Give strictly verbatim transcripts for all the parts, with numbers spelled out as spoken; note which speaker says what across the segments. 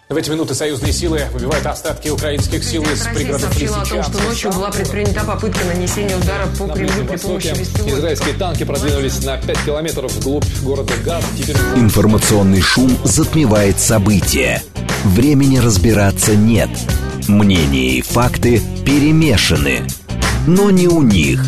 Speaker 1: В эти минуты союзные силы выбивают остатки украинских сил из пригородов
Speaker 2: сообщила о том, что ночью была предпринята попытка нанесения удара по Кремлю при помощи беспилотников.
Speaker 3: Израильские танки продвинулись на пять километров вглубь города Газ. Теперь...
Speaker 4: Информационный шум затмевает события. Времени разбираться нет. Мнения и факты перемешаны. Но не у них.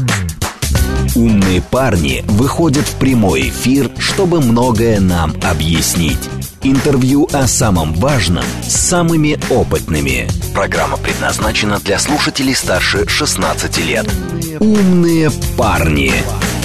Speaker 4: Умные парни выходят в прямой эфир, чтобы многое нам объяснить. Интервью о самом важном с самыми опытными. Программа предназначена для слушателей старше шестнадцати лет. Умные парни.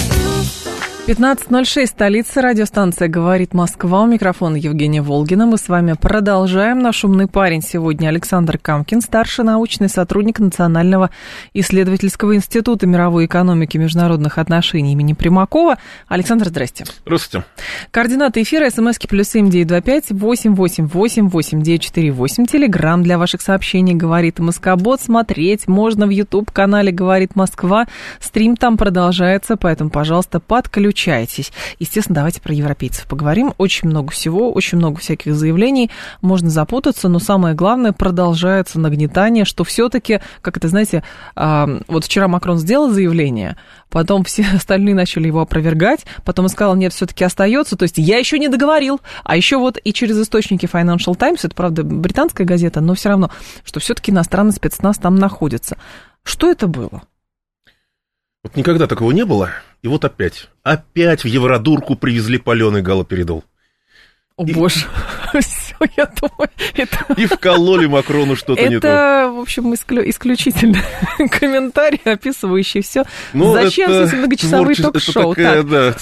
Speaker 5: пятнадцать ноль шесть, столица, радиостанция «Говорит Москва». У микрофона Евгения Волгина. Мы с вами продолжаем. Наш умный парень сегодня Александр Камкин, старший научный сотрудник Национального исследовательского института мировой экономики и международных отношений имени Примакова. Александр, здрасте.
Speaker 6: Здравствуйте.
Speaker 5: Координаты эфира: смски плюс семь девять два пять восемь восемь восемь восемь девять четыре восемь. Телеграм для ваших сообщений «Говорит Москобот». Смотреть можно в YouTube-канале «Говорит Москва». Стрим там продолжается, поэтому, пожалуйста, подключайтесь. Естественно, давайте про европейцев поговорим. Очень много всего, очень много всяких заявлений. Можно запутаться, но самое главное, продолжается нагнетание, что все-таки, как это, знаете, вот вчера Макрон сделал заявление, потом все остальные начали его опровергать, потом он сказал, нет, все-таки остается, то есть я еще не договорил. А еще вот и через источники Financial Times, это, правда, британская газета, но все равно, что все-таки иностранный спецназ там находится. Что это было?
Speaker 6: Вот никогда такого не было, и вот опять, опять в Евродурку привезли паленый галоперидол.
Speaker 5: О,
Speaker 6: и...
Speaker 5: боже, все, я думаю, это...
Speaker 6: И вкололи Макрону что-то
Speaker 5: это,
Speaker 6: не то.
Speaker 5: Это, в общем, исклю... исключительно комментарий, описывающий все.
Speaker 6: Ну,
Speaker 5: зачем
Speaker 6: это
Speaker 5: эти многочасовые
Speaker 6: творче...
Speaker 5: ток-шоу?
Speaker 6: Это такая,
Speaker 5: так.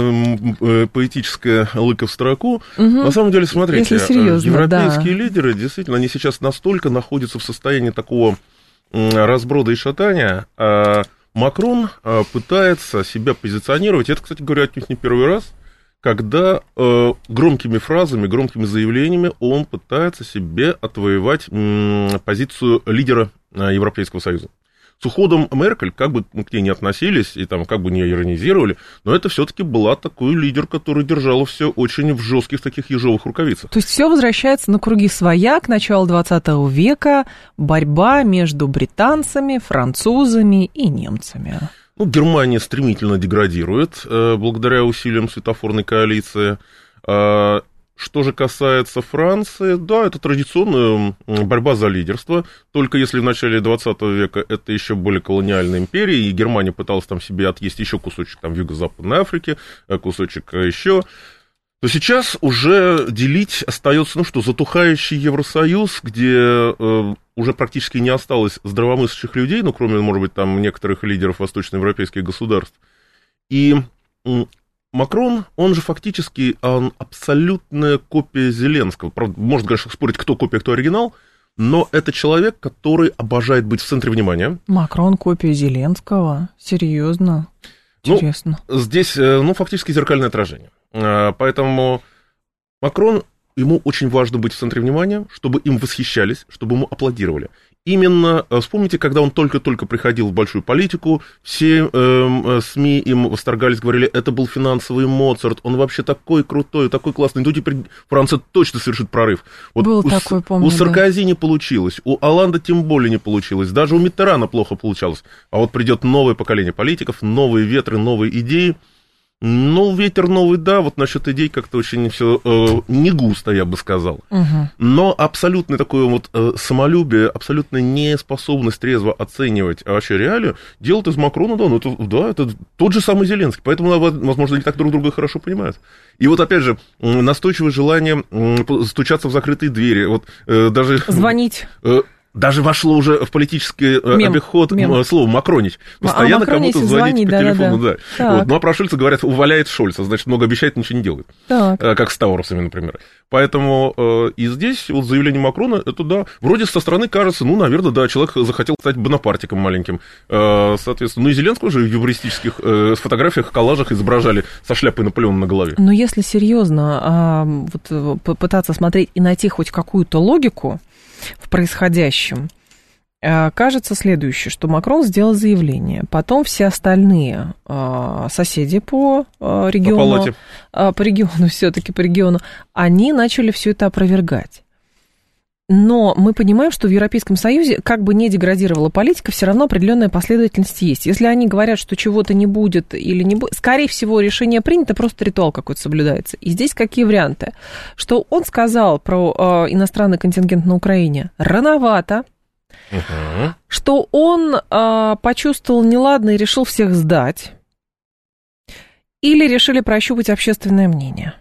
Speaker 6: да, поэтическая лыка в строку. Угу. На самом деле, смотрите,
Speaker 5: серьезно,
Speaker 6: европейские
Speaker 5: да.
Speaker 6: лидеры, действительно, они сейчас настолько находятся в состоянии такого разброда и шатания, Макрон пытается себя позиционировать, это, кстати говоря, отнюдь не первый раз, когда э, громкими фразами, громкими заявлениями он пытается себе отвоевать м, позицию лидера э, Европейского Союза. С уходом Меркель, как бы к ней не относились и там, как бы не иронизировали, но это все-таки была такой лидер, который держал все очень в жестких таких ежовых рукавицах.
Speaker 5: То есть все возвращается на круги своя к началу двадцатого века, борьба между британцами, французами и немцами.
Speaker 6: Ну, Германия стремительно деградирует э, благодаря усилиям светофорной коалиции. Э, Что же касается Франции, да, это традиционная борьба за лидерство, только если в начале двадцатого века это еще были колониальные империи, и Германия пыталась там себе отъесть еще кусочек там в Юго-Западной Африке, кусочек еще, то сейчас уже делить остается, ну что, затухающий Евросоюз, где э, уже практически не осталось здравомыслящих людей, ну, кроме, может быть, там некоторых лидеров восточноевропейских государств, и... Макрон, он же фактически он абсолютная копия Зеленского. Правда, можно, конечно, спорить, кто копия, кто оригинал, но это человек, который обожает быть в центре внимания.
Speaker 5: Макрон копия Зеленского? Серьезно? Интересно.
Speaker 6: Ну, здесь, ну, фактически зеркальное отражение. Поэтому Макрон, ему очень важно быть в центре внимания, чтобы им восхищались, чтобы ему аплодировали. Именно, вспомните, когда он только-только приходил в большую политику, все э, СМИ им восторгались, говорили, это был финансовый Моцарт, он вообще такой крутой, такой классный, ну теперь Франция точно совершит прорыв. Вот
Speaker 5: был
Speaker 6: у,
Speaker 5: такой, помню,
Speaker 6: у Саркози
Speaker 5: да.
Speaker 6: не получилось, у Олланда тем более не получилось, даже у Миттерана плохо получалось. А вот придет новое поколение политиков, новые ветры, новые идеи. Ну, ветер новый, да, вот насчет идей как-то очень все э, не густо, я бы сказал. Угу. Но абсолютно такое вот э, самолюбие, абсолютно неспособность трезво оценивать вообще реалию делает из Макрона, да, ну, это, да, это тот же самый Зеленский, поэтому, возможно, они так друг друга хорошо понимают. И вот, опять же, настойчивое желание стучаться в закрытые двери, вот э, даже...
Speaker 5: Звонить.
Speaker 6: Э, Даже вошло уже в политический мем, обиход мем. слово «макронить». Постоянно а, кому-то звонить, звонить по да, телефону. Да, да. Вот. Ну, а про Шольца говорят, уваляет Шольца, значит, много обещает, ничего не делает. Так. Как с Таурусами, например. Поэтому и здесь вот заявление Макрона, это, да, вроде со стороны кажется, ну, наверное, да, человек захотел стать бонапартиком маленьким. Соответственно, ну, и Зеленского же в юмористических фотографиях, коллажах изображали со шляпой Наполеона на голове.
Speaker 5: Но если серьезно вот, попытаться смотреть и найти хоть какую-то логику в происходящем, кажется следующее, что Макрон сделал заявление, потом все остальные соседи по региону, по, по региону все-таки по региону, они начали все это опровергать. Но мы понимаем, что в Европейском Союзе, как бы не деградировала политика, все равно определенная последовательность есть. Если они говорят, что чего-то не будет или не будет, скорее всего, решение принято, просто ритуал какой-то соблюдается. И здесь какие варианты? Что он сказал про э, иностранный контингент на Украине рановато, uh-huh. что он э, почувствовал неладно и решил всех сдать, или решили прощупать общественное мнение.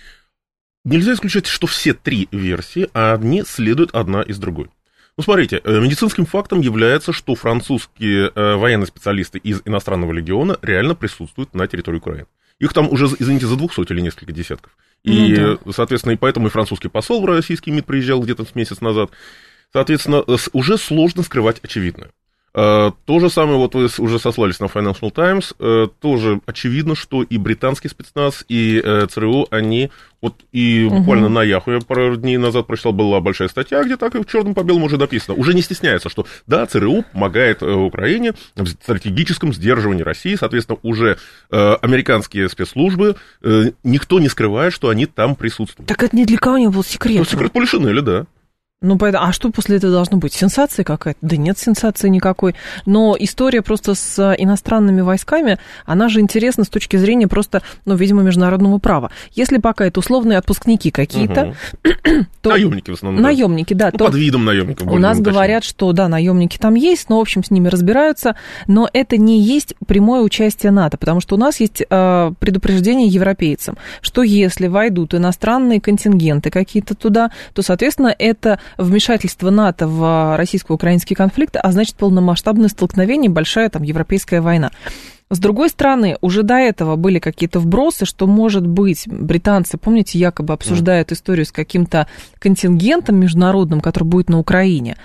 Speaker 6: Нельзя исключать, что все три версии, они следуют одна из другой. Ну, смотрите, медицинским фактом является, что французские э, военные специалисты из иностранного легиона реально присутствуют на территории Украины. Их там уже, извините, за двухсот или несколько десятков. И, ну, да. соответственно, и поэтому и французский посол в российский МИД приезжал где-то с месяц назад. Соответственно, уже сложно скрывать очевидное. То же самое, вот вы уже сослались на Financial Times, тоже очевидно, что и британский спецназ, и ЦРУ, они, вот и угу. буквально на Яху я пару дней назад прочитал, была большая статья, где так и черным по белому уже написано, уже не стесняется, что да, ЦРУ помогает Украине в стратегическом сдерживании России, соответственно, уже американские спецслужбы, никто не скрывает, что они там присутствуют.
Speaker 5: Так это ни для кого не был секрет.
Speaker 6: Ну, секрет Полишинеля, да.
Speaker 5: Ну, а что после этого должно быть? Сенсация какая-то? Да нет сенсации никакой. Но история просто с иностранными войсками, она же интересна с точки зрения просто, ну, видимо, международного права. Если пока это условные отпускники какие-то, угу. то...
Speaker 6: Наемники в основном.
Speaker 5: Наемники, да.
Speaker 6: Ну,
Speaker 5: то...
Speaker 6: под видом наемников.
Speaker 5: У нас говорят, что, да, наемники там есть, но, в общем, с ними разбираются, но это не есть прямое участие НАТО, потому что у нас есть э, предупреждение европейцам, что если войдут иностранные контингенты какие-то туда, то, соответственно, это... вмешательство НАТО в российско-украинский конфликт, а значит, полномасштабное столкновение, большая там европейская война. С другой стороны, уже до этого были какие-то вбросы, что, может быть, британцы, помните, якобы обсуждают историю с каким-то контингентом международным, который будет на Украине.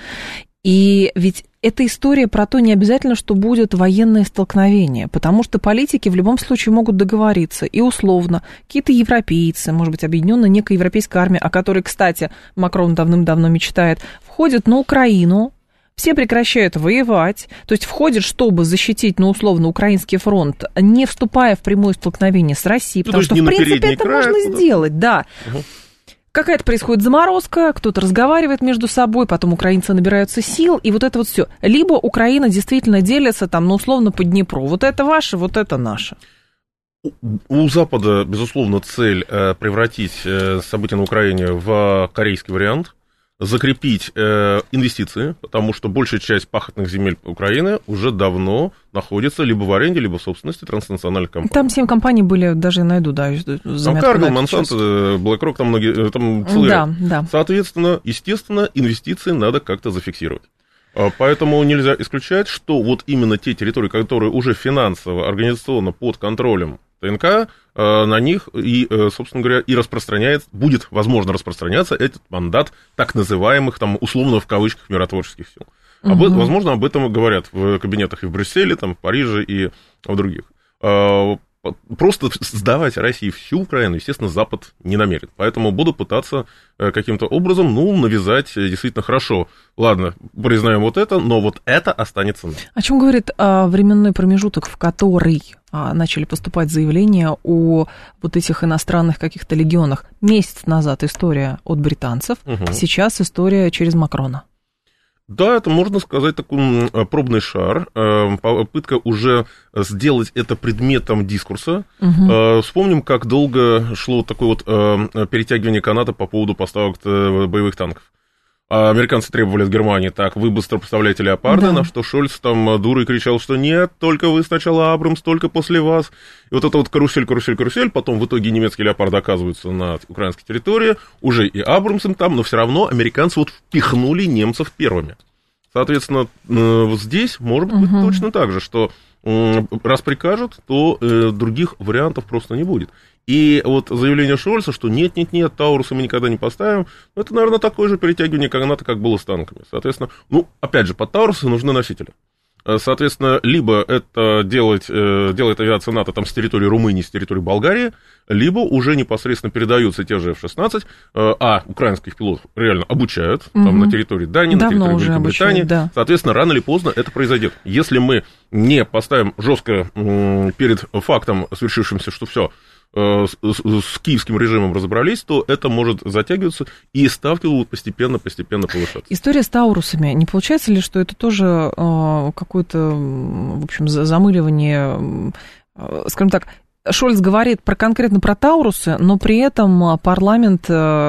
Speaker 5: И ведь эта история про то, не обязательно, что будет военное столкновение, потому что политики в любом случае могут договориться, и условно какие-то европейцы, может быть, объединенная некая европейская армия, о которой, кстати, Макрон давным-давно мечтает, входят на Украину, все прекращают воевать, то есть входят, чтобы защитить, ну, условно, украинский фронт, не вступая в прямое столкновение с Россией, потому что, в принципе, это край, можно сделать, да. Угу. Какая-то происходит заморозка, кто-то разговаривает между собой, потом украинцы набираются сил, и вот это вот все. Либо Украина действительно делится там, ну, условно, по Днепру. Вот это ваше, вот это наше.
Speaker 6: У Запада, безусловно, цель превратить события на Украине в корейский вариант, закрепить инвестиции, потому что большая часть пахотных земель Украины уже давно находится либо в аренде, либо в собственности транснациональных компаний.
Speaker 5: Там семь компаний были, даже найду, да.
Speaker 6: Там Каргил, Монсанто, BlackRock, там многие, там целый
Speaker 5: да,
Speaker 6: ряд.
Speaker 5: Да.
Speaker 6: Соответственно, естественно, инвестиции надо как-то зафиксировать. Поэтому нельзя исключать, что вот именно те территории, которые уже финансово, организационно под контролем ТНК, на них и, собственно говоря, и распространяется, будет, возможно, распространяться этот мандат так называемых, там, условно, в кавычках, миротворческих сил. Угу. Об, возможно, об этом говорят в кабинетах и в Брюсселе, там, в Париже и в других. Просто сдавать России всю Украину, естественно, Запад не намерен. Поэтому буду пытаться каким-то образом, ну, навязать действительно хорошо. Ладно, признаем вот это, но вот это останется нам.
Speaker 5: О чем говорит а, временной промежуток, в который а, начали поступать заявления о вот этих иностранных каких-то легионах? Месяц назад история от британцев, угу. Сейчас история через Макрона.
Speaker 6: Да, это, можно сказать, такой пробный шар, попытка уже сделать это предметом дискурса. Угу. Вспомним, как долго шло такое вот перетягивание каната по поводу поставок боевых танков. Американцы требовали от Германии, так, вы быстро поставляете леопарды, да. На что Шольц там дурой кричал, что нет, только вы сначала Абрамс, только после вас. И вот это вот карусель, карусель, карусель, потом в итоге немецкие леопарды оказываются на украинской территории, уже и Абрамсом там, но все равно американцы вот впихнули немцев первыми. Соответственно, вот здесь может быть угу. точно так же, что раз прикажут, то других вариантов просто не будет. И вот заявление Шольца, что нет-нет-нет, Таурусы мы никогда не поставим, это, наверное, такое же перетягивание каната, как было с танками. Соответственно, ну, опять же, под Таурусы нужны носители. Соответственно, либо это делать, делает авиация НАТО там, с территории Румынии, с территории Болгарии, либо уже непосредственно передаются те же эф шестнадцать, а украинских пилотов реально обучают угу. там, на территории Дании,
Speaker 5: Давно
Speaker 6: на территории Великобритании.
Speaker 5: Обучают, да.
Speaker 6: Соответственно, рано или поздно это произойдет. Если мы не поставим жестко перед фактом, свершившимся, что все, с, с киевским режимом разобрались, то это может затягиваться, и ставки будут постепенно-постепенно повышаться.
Speaker 5: История с таурусами. Не получается ли, что это тоже э, какое-то, в общем, замыливание, э, скажем так, Шольц говорит про, конкретно про таурусы, но при этом парламент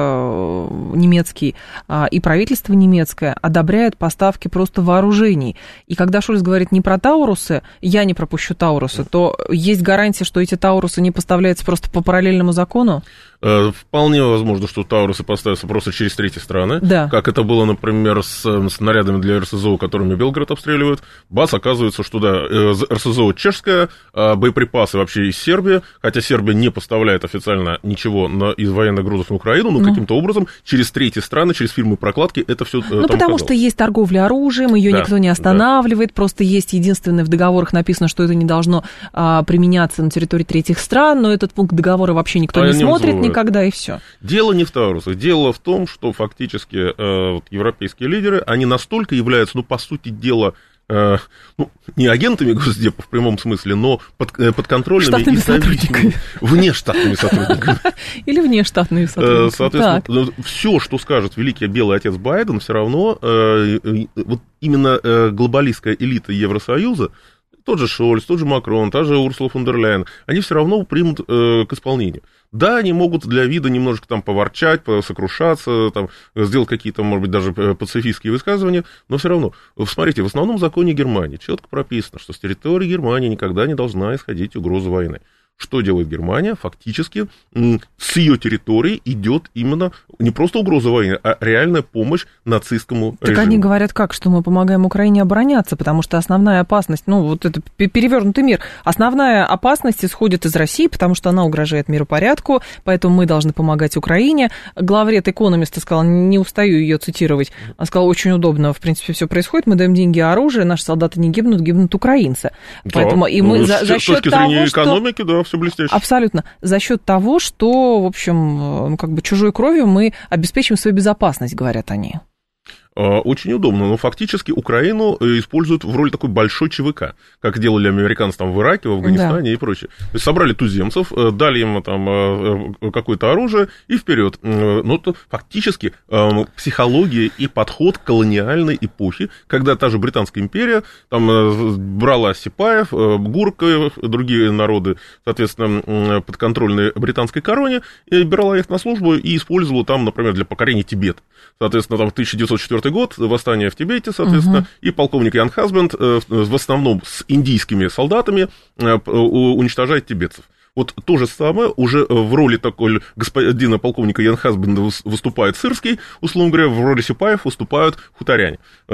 Speaker 5: э, немецкий э, и правительство немецкое одобряют поставки просто вооружений. И когда Шольц говорит не про таурусы, я не пропущу таурусы, то есть гарантия, что эти таурусы не поставляются просто по параллельному закону?
Speaker 6: Вполне возможно, что таурусы поставятся просто через третьи страны,
Speaker 5: да. Как
Speaker 6: это было, например, с снарядами для эр эс зэ о, которыми Белгород обстреливают. Бац, оказывается, что да, эр эс зэ о чешская, боеприпасы вообще из Сербии, хотя Сербия не поставляет официально ничего на, из военных грузов на Украину, но ну. каким-то образом через третьи страны, через фирмы прокладки это все.
Speaker 5: Ну, потому оказалось. Что есть торговля оружием, ее да, никто не останавливает, да. Просто есть единственное, в договорах написано, что это не должно а, применяться на территории третьих стран, но этот пункт договора вообще никто а не смотрит не никогда, и все.
Speaker 6: Дело не в таурусах, дело в том, что фактически э, вот, европейские лидеры, они настолько являются, ну, по сути дела, э, ну, не агентами Госдепа в прямом смысле, но под, э, подконтрольными
Speaker 5: штатными и сотрудниками.
Speaker 6: Внештатными сотрудниками.
Speaker 5: Или внештатными сотрудниками.
Speaker 6: Соответственно, все, что скажет великий белый отец Байден, все равно э, вот именно э, глобалистская элита Евросоюза, тот же Шольц, тот же Макрон, та же Урсула фон дер Ляйен, они все равно примут э, к исполнению. Да, они могут для вида немножко там поворчать, посокрушаться, там, сделать какие-то, может быть, даже пацифистские высказывания, но все равно. Смотрите, в основном законе Германии четко прописано, что с территории Германии никогда не должна исходить угроза войны. Что делает Германия? Фактически с ее территории идет именно не просто угроза войны, а реальная помощь нацистскому
Speaker 5: так
Speaker 6: режиму.
Speaker 5: Так они говорят как? Что мы помогаем Украине обороняться, потому что основная опасность, ну вот это перевернутый мир, основная опасность исходит из России, потому что она угрожает миропорядку, поэтому мы должны помогать Украине. Главред Экономиста сказал, не устаю ее цитировать, он сказал, очень удобно, в принципе, все происходит, мы даем деньги и оружие, наши солдаты не гибнут, гибнут украинцы. Поэтому
Speaker 6: да,
Speaker 5: и мы
Speaker 6: ну,
Speaker 5: за, за счет
Speaker 6: с точки
Speaker 5: того,
Speaker 6: зрения
Speaker 5: что...
Speaker 6: экономики, да, все блестяще.
Speaker 5: Абсолютно. За счет того, что, в общем, как бы чужой кровью мы обеспечим свою безопасность, говорят они.
Speaker 6: Очень удобно, но фактически Украину используют в роли такой большой ЧВК, как делали американцы там в Ираке, в Афганистане да. и прочее. То есть собрали туземцев, дали им там какое-то оружие и вперед. Но это фактически психология и подход к колониальной эпохи, когда та же Британская империя там брала сипаев, гурков, другие народы, соответственно, подконтрольные британской короне, и брала их на службу и использовала там, например, для покорения Тибета. Соответственно, там в тысяча девятьсот четвёртый год, восстание в Тибете, соответственно, uh-huh. и полковник Ян Хасбенд в основном с индийскими солдатами уничтожает тибетцев. Вот то же самое уже в роли такой господина полковника Ян Хасбенда выступает Сырский, условно говоря, в роли сипаев выступают хуторяне.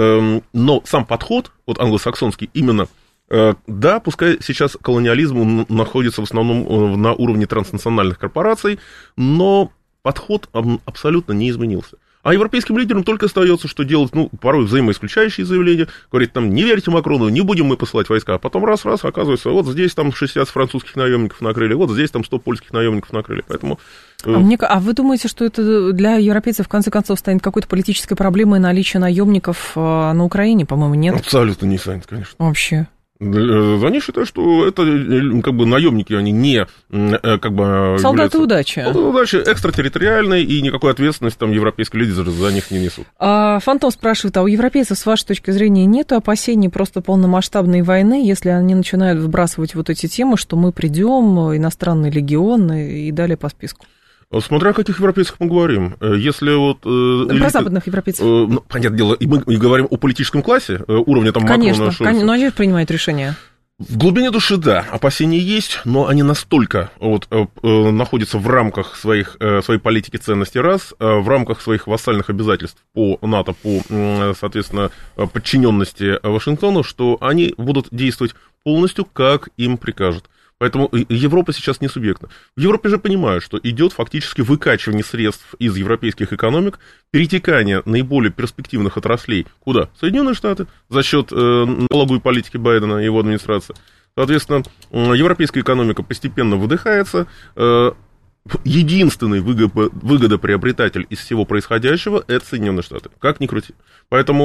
Speaker 6: Но сам подход, вот англосаксонский, именно да, пускай сейчас колониализм находится в основном на уровне транснациональных корпораций, но подход абсолютно не изменился. А европейским лидерам только остается, что делать, ну, порой взаимоисключающие заявления. Говорит, там, не верьте Макрону, не будем мы посылать войска. А потом раз-раз, оказывается, вот здесь там шестьдесят французских наемников накрыли, вот здесь там сто польских наемников накрыли. Поэтому...
Speaker 5: А, мне, а вы думаете, что это для европейцев, в конце концов, станет какой-то политической проблемой наличия наемников на Украине? По-моему, нет.
Speaker 6: Абсолютно не станет, конечно.
Speaker 5: Вообще.
Speaker 6: Они считают, что это как бы наемники, они не как бы...
Speaker 5: Солдаты удачи.
Speaker 6: Солдаты удачи, экстратерриториальные, и никакой ответственности там европейские лидеры за них не несут.
Speaker 5: А, Фантом спрашивает, а у европейцев, с вашей точки зрения, нет опасений просто полномасштабной войны, если они начинают вбрасывать вот эти темы, что мы придем, иностранный легион и далее по списку?
Speaker 6: Смотря о каких европейцах мы говорим. Если вот...
Speaker 5: Про элиты, западных европейцев.
Speaker 6: Ну, понятное дело, и мы говорим о политическом классе, уровня там
Speaker 5: конечно,
Speaker 6: Макрона, Шольца.
Speaker 5: Конечно, но они принимают решения.
Speaker 6: В глубине души, да, опасения есть, но они настолько вот, э, э, находятся в рамках своих, э, своей политики ценностей раз, э, в рамках своих вассальных обязательств по НАТО, по, э, соответственно, подчиненности Вашингтону, что они будут действовать полностью, как им прикажут. Поэтому Европа сейчас не субъектна. В Европе же понимают, что идет фактически выкачивание средств из европейских экономик, перетекание наиболее перспективных отраслей. Куда? Соединенные Штаты за счет э, налоговой политики Байдена и его администрации. Соответственно, европейская экономика постепенно выдыхается. Э, единственный выгодоприобретатель из всего происходящего – это Соединенные Штаты. Как ни крути. Поэтому...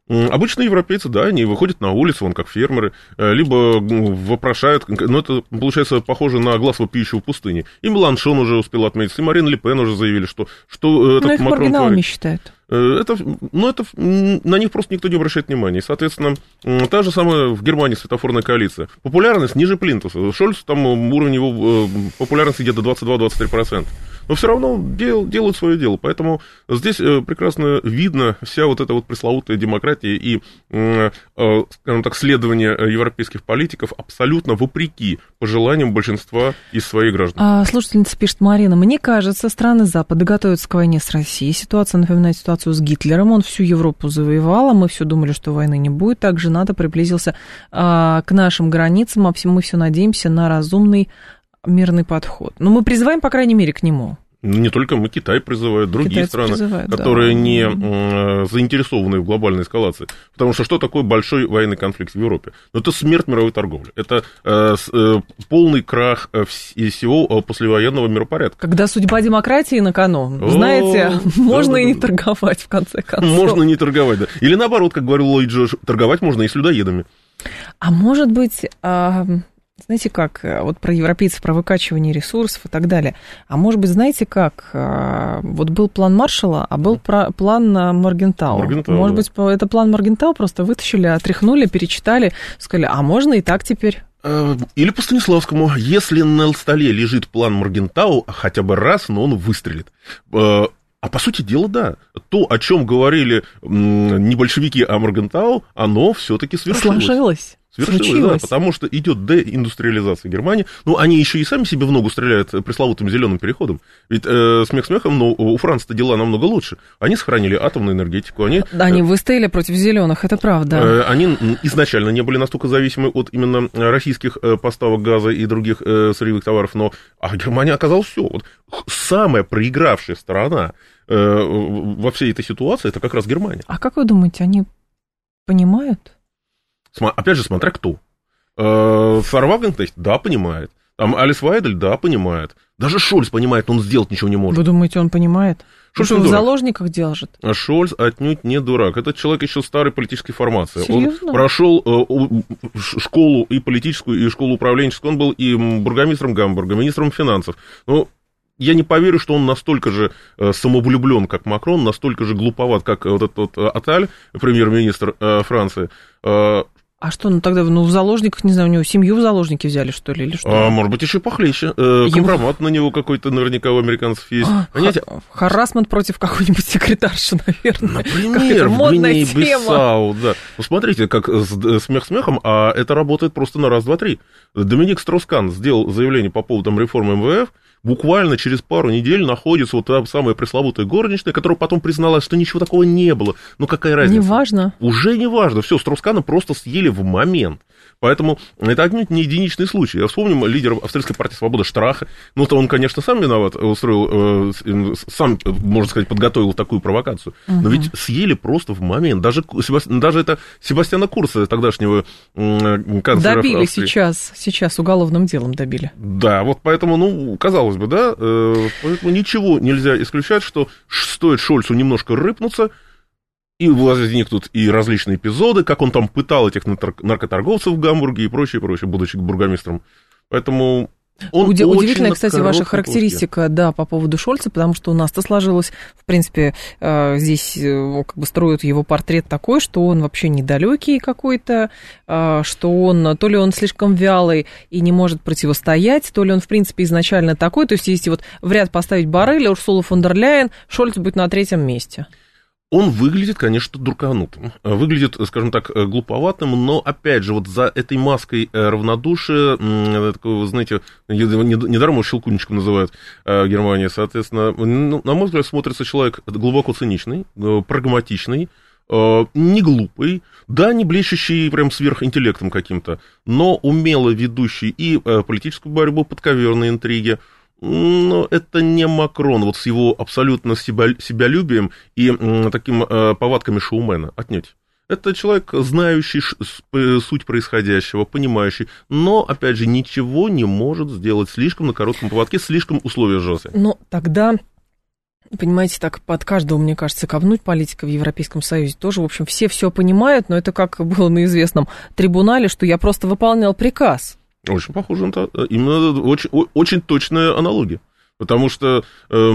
Speaker 6: Обычные европейцы, да, они выходят на улицу, вон как фермеры, либо вопрошают, ну, это, получается, похоже на глаз вопиющего в пустыне. И Меланшон уже успел отметиться, и Марин Ле Пен уже заявили, что, что этот
Speaker 5: ну, их
Speaker 6: Макрон
Speaker 5: маргиналами
Speaker 6: творит.
Speaker 5: считают.
Speaker 6: Это, ну, это, на них просто никто не обращает внимания. И, соответственно, та же самая в Германии светофорная коалиция. Популярность ниже плинтуса. Шольц, там уровень его популярности где-то двадцать два - двадцать три процента. Но все равно дел, делают свое дело. Поэтому здесь прекрасно видно вся вот эта вот пресловутая демократия и, скажем так, следование европейских политиков абсолютно вопреки пожеланиям большинства из своих граждан.
Speaker 5: А, слушательница пишет: Марина, мне кажется, страны Запада готовятся к войне с Россией. Ситуация напоминает ситуацию с Гитлером. Он всю Европу завоевал, а мы все думали, что войны не будет. Также НАТО приблизился а, к нашим границам, а мы все надеемся на разумный мирный подход. Но мы призываем, по крайней мере, к нему.
Speaker 6: Не только мы, Китай призывают, другие
Speaker 5: Китайцы
Speaker 6: страны,
Speaker 5: призывают,
Speaker 6: которые
Speaker 5: да.
Speaker 6: не э, заинтересованы в глобальной эскалации. Потому что что такое большой военный конфликт в Европе? Ну, это смерть мировой торговли. Это э, э, полный крах всего послевоенного миропорядка.
Speaker 5: Когда судьба демократии на кону, знаете,
Speaker 6: О,
Speaker 5: можно
Speaker 6: да,
Speaker 5: и
Speaker 6: да,
Speaker 5: не
Speaker 6: да.
Speaker 5: торговать, в конце концов.
Speaker 6: Можно не торговать, да. Или наоборот, как говорил Ллойд Джордж, торговать можно и с людоедами.
Speaker 5: А может быть... А... Знаете как, вот про европейцев, про выкачивание ресурсов и так далее. А может быть, знаете как, вот был план Маршалла, а был план Моргентау.
Speaker 6: Моргентау,
Speaker 5: может
Speaker 6: да.
Speaker 5: быть, это план Моргентау, просто вытащили, отряхнули, перечитали, сказали, а можно и так теперь.
Speaker 6: Или по Станиславскому, если на столе лежит план Моргентау, хотя бы раз, но он выстрелит. А по сути дела, да. То, о чем говорили не большевики, а Моргентау, оно все-таки свершилось.
Speaker 5: Сложилось.
Speaker 6: Свершилось,
Speaker 5: Случилось.
Speaker 6: да, потому что идет деиндустриализация Германии. Ну, они еще и сами себе в ногу стреляют пресловутым зеленым переходом. Ведь э, смех смехом, но у Франции-то дела намного лучше. Они сохранили атомную энергетику. Они,
Speaker 5: да, они выстояли против зеленых, это правда.
Speaker 6: Э, они изначально не были настолько зависимы от именно российских поставок газа и других э, сырьевых товаров, но а Германия оказалась все. Вот, самая проигравшая сторона э, во всей этой ситуации, это как раз Германия.
Speaker 5: А как вы думаете, они понимают?
Speaker 6: Опять же, смотря кто. Фарвагенкнехт, да, понимает. Там Алис Вайдель, да, понимает. Даже Шольц понимает, но он сделать ничего не может.
Speaker 5: Вы думаете, он понимает?
Speaker 6: Шольц
Speaker 5: что в заложниках держит?
Speaker 6: А Шольц отнюдь не дурак. Этот человек еще старой политической формации.
Speaker 5: Серьезно?
Speaker 6: Он прошел э, школу и политическую, и школу управленческую. Он был и бургомистром Гамбурга, министром финансов. Ну, я не поверю, что он настолько же э, самовлюблен, как Макрон, настолько же глуповат, как вот этот вот Аталь, премьер-министр э, Франции. Э,
Speaker 5: А что, ну тогда, ну в заложниках, не знаю, у него семью в заложники взяли, что ли, или что?
Speaker 6: А, может быть, еще похлеще. Э, компромат на него какой-то наверняка у американцев есть.
Speaker 5: А,
Speaker 6: Понимаете?
Speaker 5: Харассмент против какой-нибудь секретарши, наверное.
Speaker 6: Например, в Гвинее-Бисау, да. Ну, смотрите, как смех смехом, а это работает просто на раз, два, три. Доминик Строс-Кан сделал заявление по поводу там, реформы эм вэ эф, буквально через пару недель находится вот та самая пресловутая горничная, которая потом призналась, что ничего такого не было. Ну, какая разница?
Speaker 5: Не важно.
Speaker 6: Уже не важно. Все, Строс-Кана просто съели в момент. Поэтому это отнюдь не единичный случай. Я вспомним лидера австрийской партии «Свобода» Штраха. Ну, то он, конечно, сам виноват, устроил, э, сам, можно сказать, подготовил такую провокацию. Угу. Но ведь съели просто в момент. Даже, даже это Себастьяна Курца, тогдашнего э, канцлера
Speaker 5: добили
Speaker 6: Австрии.
Speaker 5: сейчас, сейчас уголовным делом добили.
Speaker 6: Да, вот поэтому, ну, казалось бы, да, э, поэтому ничего нельзя исключать, что стоит Шольцу немножко рыпнуться, и возникнут и различные эпизоды, как он там пытал этих наркоторговцев в Гамбурге и прочее, прочее, будучи бургомистром. Поэтому он
Speaker 5: Уди-
Speaker 6: очень
Speaker 5: Удивительная, кстати, ваша
Speaker 6: коротком
Speaker 5: характеристика,
Speaker 6: пуске.
Speaker 5: да, по поводу Шольца, потому что у нас-то сложилось, в принципе, э, здесь э, как бы строят его портрет такой, что он вообще недалекий какой-то, э, что он, то ли он слишком вялый и не может противостоять, то ли он, в принципе, изначально такой, то есть если вот в ряд поставить Борреля, Урсулу фон дер Ляйен, Шольц будет на третьем месте.
Speaker 6: Он выглядит, конечно, дурканутым, выглядит, скажем так, глуповатым, но, опять же, вот за этой маской равнодушия, такого, знаете, недаром его щелкунчиком называют в Германии, соответственно, ну, на мой взгляд, смотрится человек глубоко циничный, прагматичный, не глупый, да, не блещущий прям сверхинтеллектом каким-то, но умело ведущий и политическую борьбу, подковерные интриги. Но это не Макрон, вот с его абсолютно себя, себялюбием и м, таким э, повадками шоумена, отнюдь. Это человек, знающий ш, с, суть происходящего, понимающий, но, опять же, ничего не может сделать слишком на коротком поводке, слишком условия жесткие.
Speaker 5: Ну, тогда Понимаете, так под каждого, мне кажется, ковнуть политика в Европейском Союзе тоже, в общем, все все понимают, но это как было на известном трибунале, что я просто выполнял приказ.
Speaker 6: Очень похоже на то. Именно очень, очень точная аналогия. Потому что э,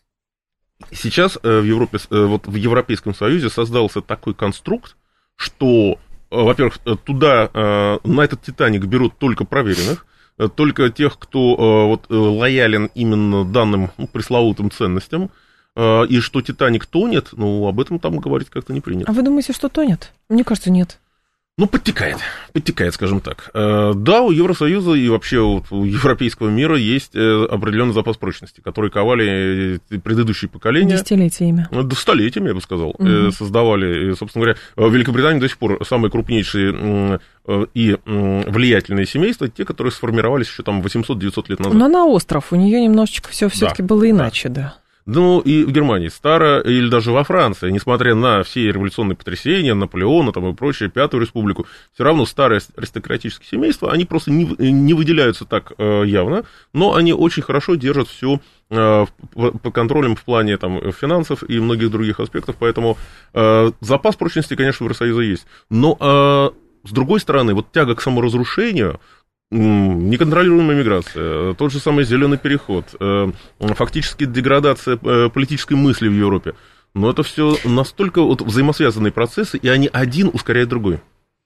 Speaker 6: сейчас в Европе, вот в Европейском Союзе создался такой конструкт, что, во-первых, туда, э, на этот «Титаник» берут только проверенных, только тех, кто э, вот, лоялен именно данным, ну, пресловутым ценностям, э, и что «Титаник» тонет, ну, об этом там говорить как-то не принято.
Speaker 5: А вы думаете, что тонет? Мне кажется, нет.
Speaker 6: Ну, подтекает, подтекает, скажем так. Э, да, у Евросоюза и вообще вот у европейского мира есть э, определенный запас прочности, который ковали предыдущие поколения.
Speaker 5: Десятилетиями.
Speaker 6: Да, столетиями, я бы сказал,
Speaker 5: угу.
Speaker 6: э, создавали. И, собственно говоря, в Великобритании до сих пор самые крупнейшие э, и э, влиятельные семейства, те, которые сформировались еще там восемьсот-девятьсот лет назад.
Speaker 5: Но на остров, у нее немножечко все все-таки
Speaker 6: да,
Speaker 5: было иначе, да.
Speaker 6: да. Ну, и в Германии старо, или даже во Франции, несмотря на все революционные потрясения, Наполеона там, и прочее, Пятую Республику, все равно старые аристократические семейства, они просто не, не выделяются так э, явно, но они очень хорошо держат все э, под контролем в плане там, финансов и многих других аспектов, поэтому э, запас прочности, конечно, в Евросоюзе есть. Но, э, с другой стороны, вот тяга к саморазрушению, неконтролируемая миграция, тот же самый зеленый переход, фактически деградация политической мысли в Европе. Но это все настолько вот взаимосвязанные процессы, и они один ускоряет другой.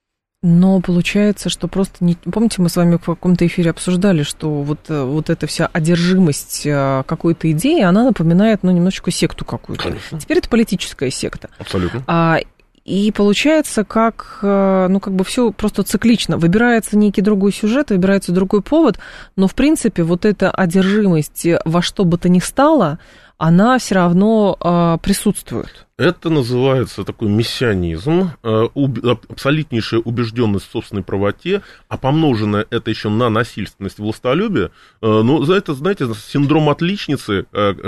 Speaker 5: Но получается, что просто... Не... Помните, мы с вами в каком-то эфире обсуждали, что вот, вот эта вся одержимость какой-то идеей, она напоминает, ну, немножечко секту какую-то.
Speaker 6: Конечно.
Speaker 5: Теперь это политическая секта.
Speaker 6: Абсолютно.
Speaker 5: А, и получается, как, ну, как бы все просто циклично. Выбирается некий другой сюжет, выбирается другой повод, но, в принципе, вот эта одержимость во что бы то ни стало, она все равно а, присутствует.
Speaker 6: Это называется такой мессианизм, абсолютнейшая убежденность в собственной правоте, а помноженное это еще на насильственность и властолюбие. Ну, за это, знаете, синдром отличницы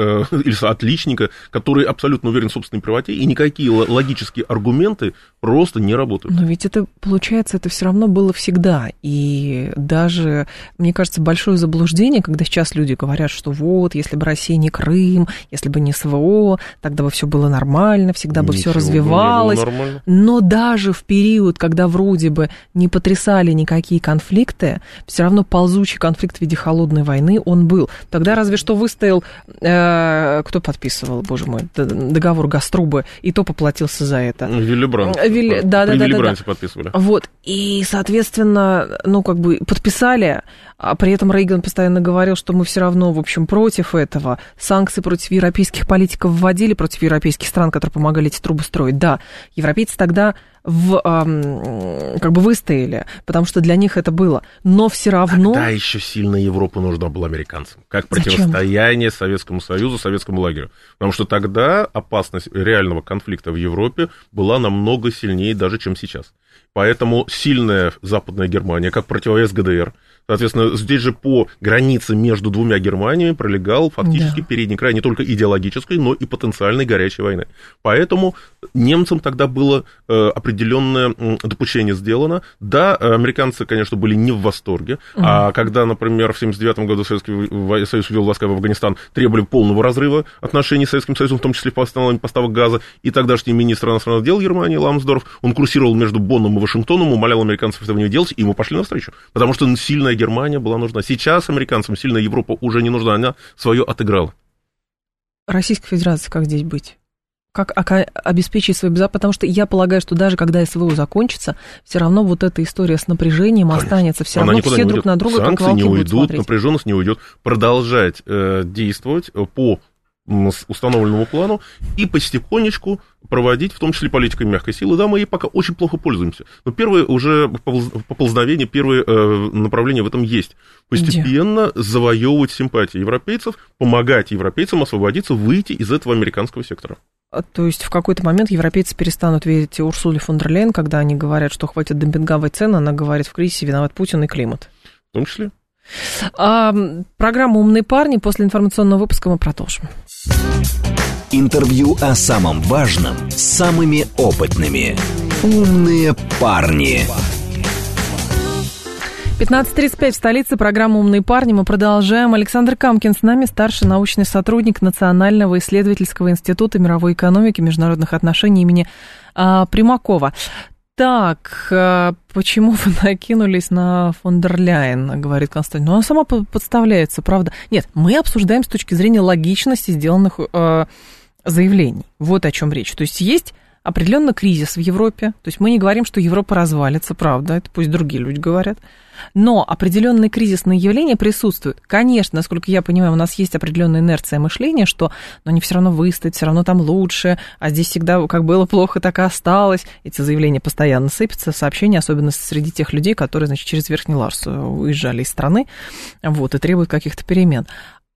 Speaker 6: или отличника, который абсолютно уверен в собственной правоте, и никакие логические аргументы просто не работают.
Speaker 5: Но ведь это, получается, это все равно было всегда. И даже, мне кажется, большое заблуждение, когда сейчас люди говорят, что вот, если бы Россия не Крым, если бы не СВО, тогда бы все было нормально, всегда бы все развивалось. Но даже в период, когда вроде бы не потрясали никакие конфликты, все равно ползучий конфликт в виде холодной войны, он был. Тогда разве что выстоял, э, кто подписывал, боже мой, договор Гаструбы, и то поплатился за это.
Speaker 6: Вилли Брандт.
Speaker 5: Вилли, да, да,
Speaker 6: При
Speaker 5: да,
Speaker 6: Вилли
Speaker 5: да,
Speaker 6: Брандте
Speaker 5: да.
Speaker 6: подписывали.
Speaker 5: Вот, и, соответственно, ну, как бы подписали, а при этом Рейган постоянно говорил, что мы все равно, в общем, против этого. Санкции против европейских политиков вводили, против европейских стран, которые помогали эти трубы строить. Да, европейцы тогда в, эм, как бы выстояли, потому что для них это было. Но все равно...
Speaker 6: Тогда еще сильно Европа нужна была американцам. Как
Speaker 5: Зачем?
Speaker 6: Противостояние Советскому Союзу, советскому лагерю. Потому что тогда опасность реального конфликта в Европе была намного сильнее даже, чем сейчас. Поэтому сильная Западная Германия, как противовес ГДР, соответственно, здесь же по границе между двумя Германиями пролегал фактически да. передний край не только идеологической, но и потенциальной горячей войны. Поэтому немцам тогда было э, определенное э, допущение сделано. Да, американцы, конечно, были не в восторге. Угу. А когда, например, в семьдесят девятом году Советский Союз ввел войска в Афганистан, требовали полного разрыва отношений с Советским Союзом, в том числе по остановлению поставок газа, и тогдашний министр иностранных дел Германии Ламсдорф, он курсировал между Бонном и Вашингтоном, умолял американцев этого не делать, и ему пошли навстречу. Потому что сильная Германия была нужна. Сейчас американцам сильная Европа уже не нужна, она свое отыграла.
Speaker 5: Российская Федерация, как здесь быть? Как обеспечить свою безопасность? Потому что я полагаю, что даже когда СВО закончится, все равно вот эта история с напряжением Конечно. Останется. Все равно все друг на друга
Speaker 6: Санкции
Speaker 5: как волки
Speaker 6: не
Speaker 5: будут
Speaker 6: уйдут,
Speaker 5: смотреть.
Speaker 6: Напряженность не уйдет. Продолжать э, действовать по установленному плану и потихонечку проводить, в том числе политикой мягкой силы. Да, мы ей пока очень плохо пользуемся. Но первые уже поползновения, первые э, направления в этом есть. Постепенно Где? завоевывать симпатии европейцев, помогать европейцам освободиться, выйти из этого американского сектора.
Speaker 5: То есть в какой-то момент европейцы перестанут верить Урсуле фон дер Ляйен, когда они говорят, что хватит демпинговать цены, она говорит, в кризисе виноват Путин и климат.
Speaker 6: В том числе.
Speaker 5: А, программа «Умные парни». После информационного выпуска мы продолжим.
Speaker 4: Интервью о самом важном с самыми опытными. «Умные парни».
Speaker 5: пятнадцать тридцать пять в столице, программа «Умные парни». Мы продолжаем. Александр Камкин с нами, старший научный сотрудник Национального исследовательского института мировой экономики и международных отношений имени а, Примакова. Так, а, почему вы накинулись на фон дер Ляйен, говорит Константин. Ну, она сама подставляется, правда. Нет, мы обсуждаем с точки зрения логичности сделанных а, заявлений. Вот о чем речь. То есть есть определенно кризис в Европе. То есть мы не говорим, что Европа развалится, правда, это пусть другие люди говорят. Но определенные кризисные явления присутствуют. Конечно, насколько я понимаю, у нас есть определенная инерция мышления, что ну, они все равно выстоят, все равно там лучше, а здесь всегда как было плохо, так и осталось. Эти заявления постоянно сыпятся, сообщения, особенно среди тех людей, которые, значит, через Верхний Ларс уезжали из страны, вот, и требуют каких-то перемен.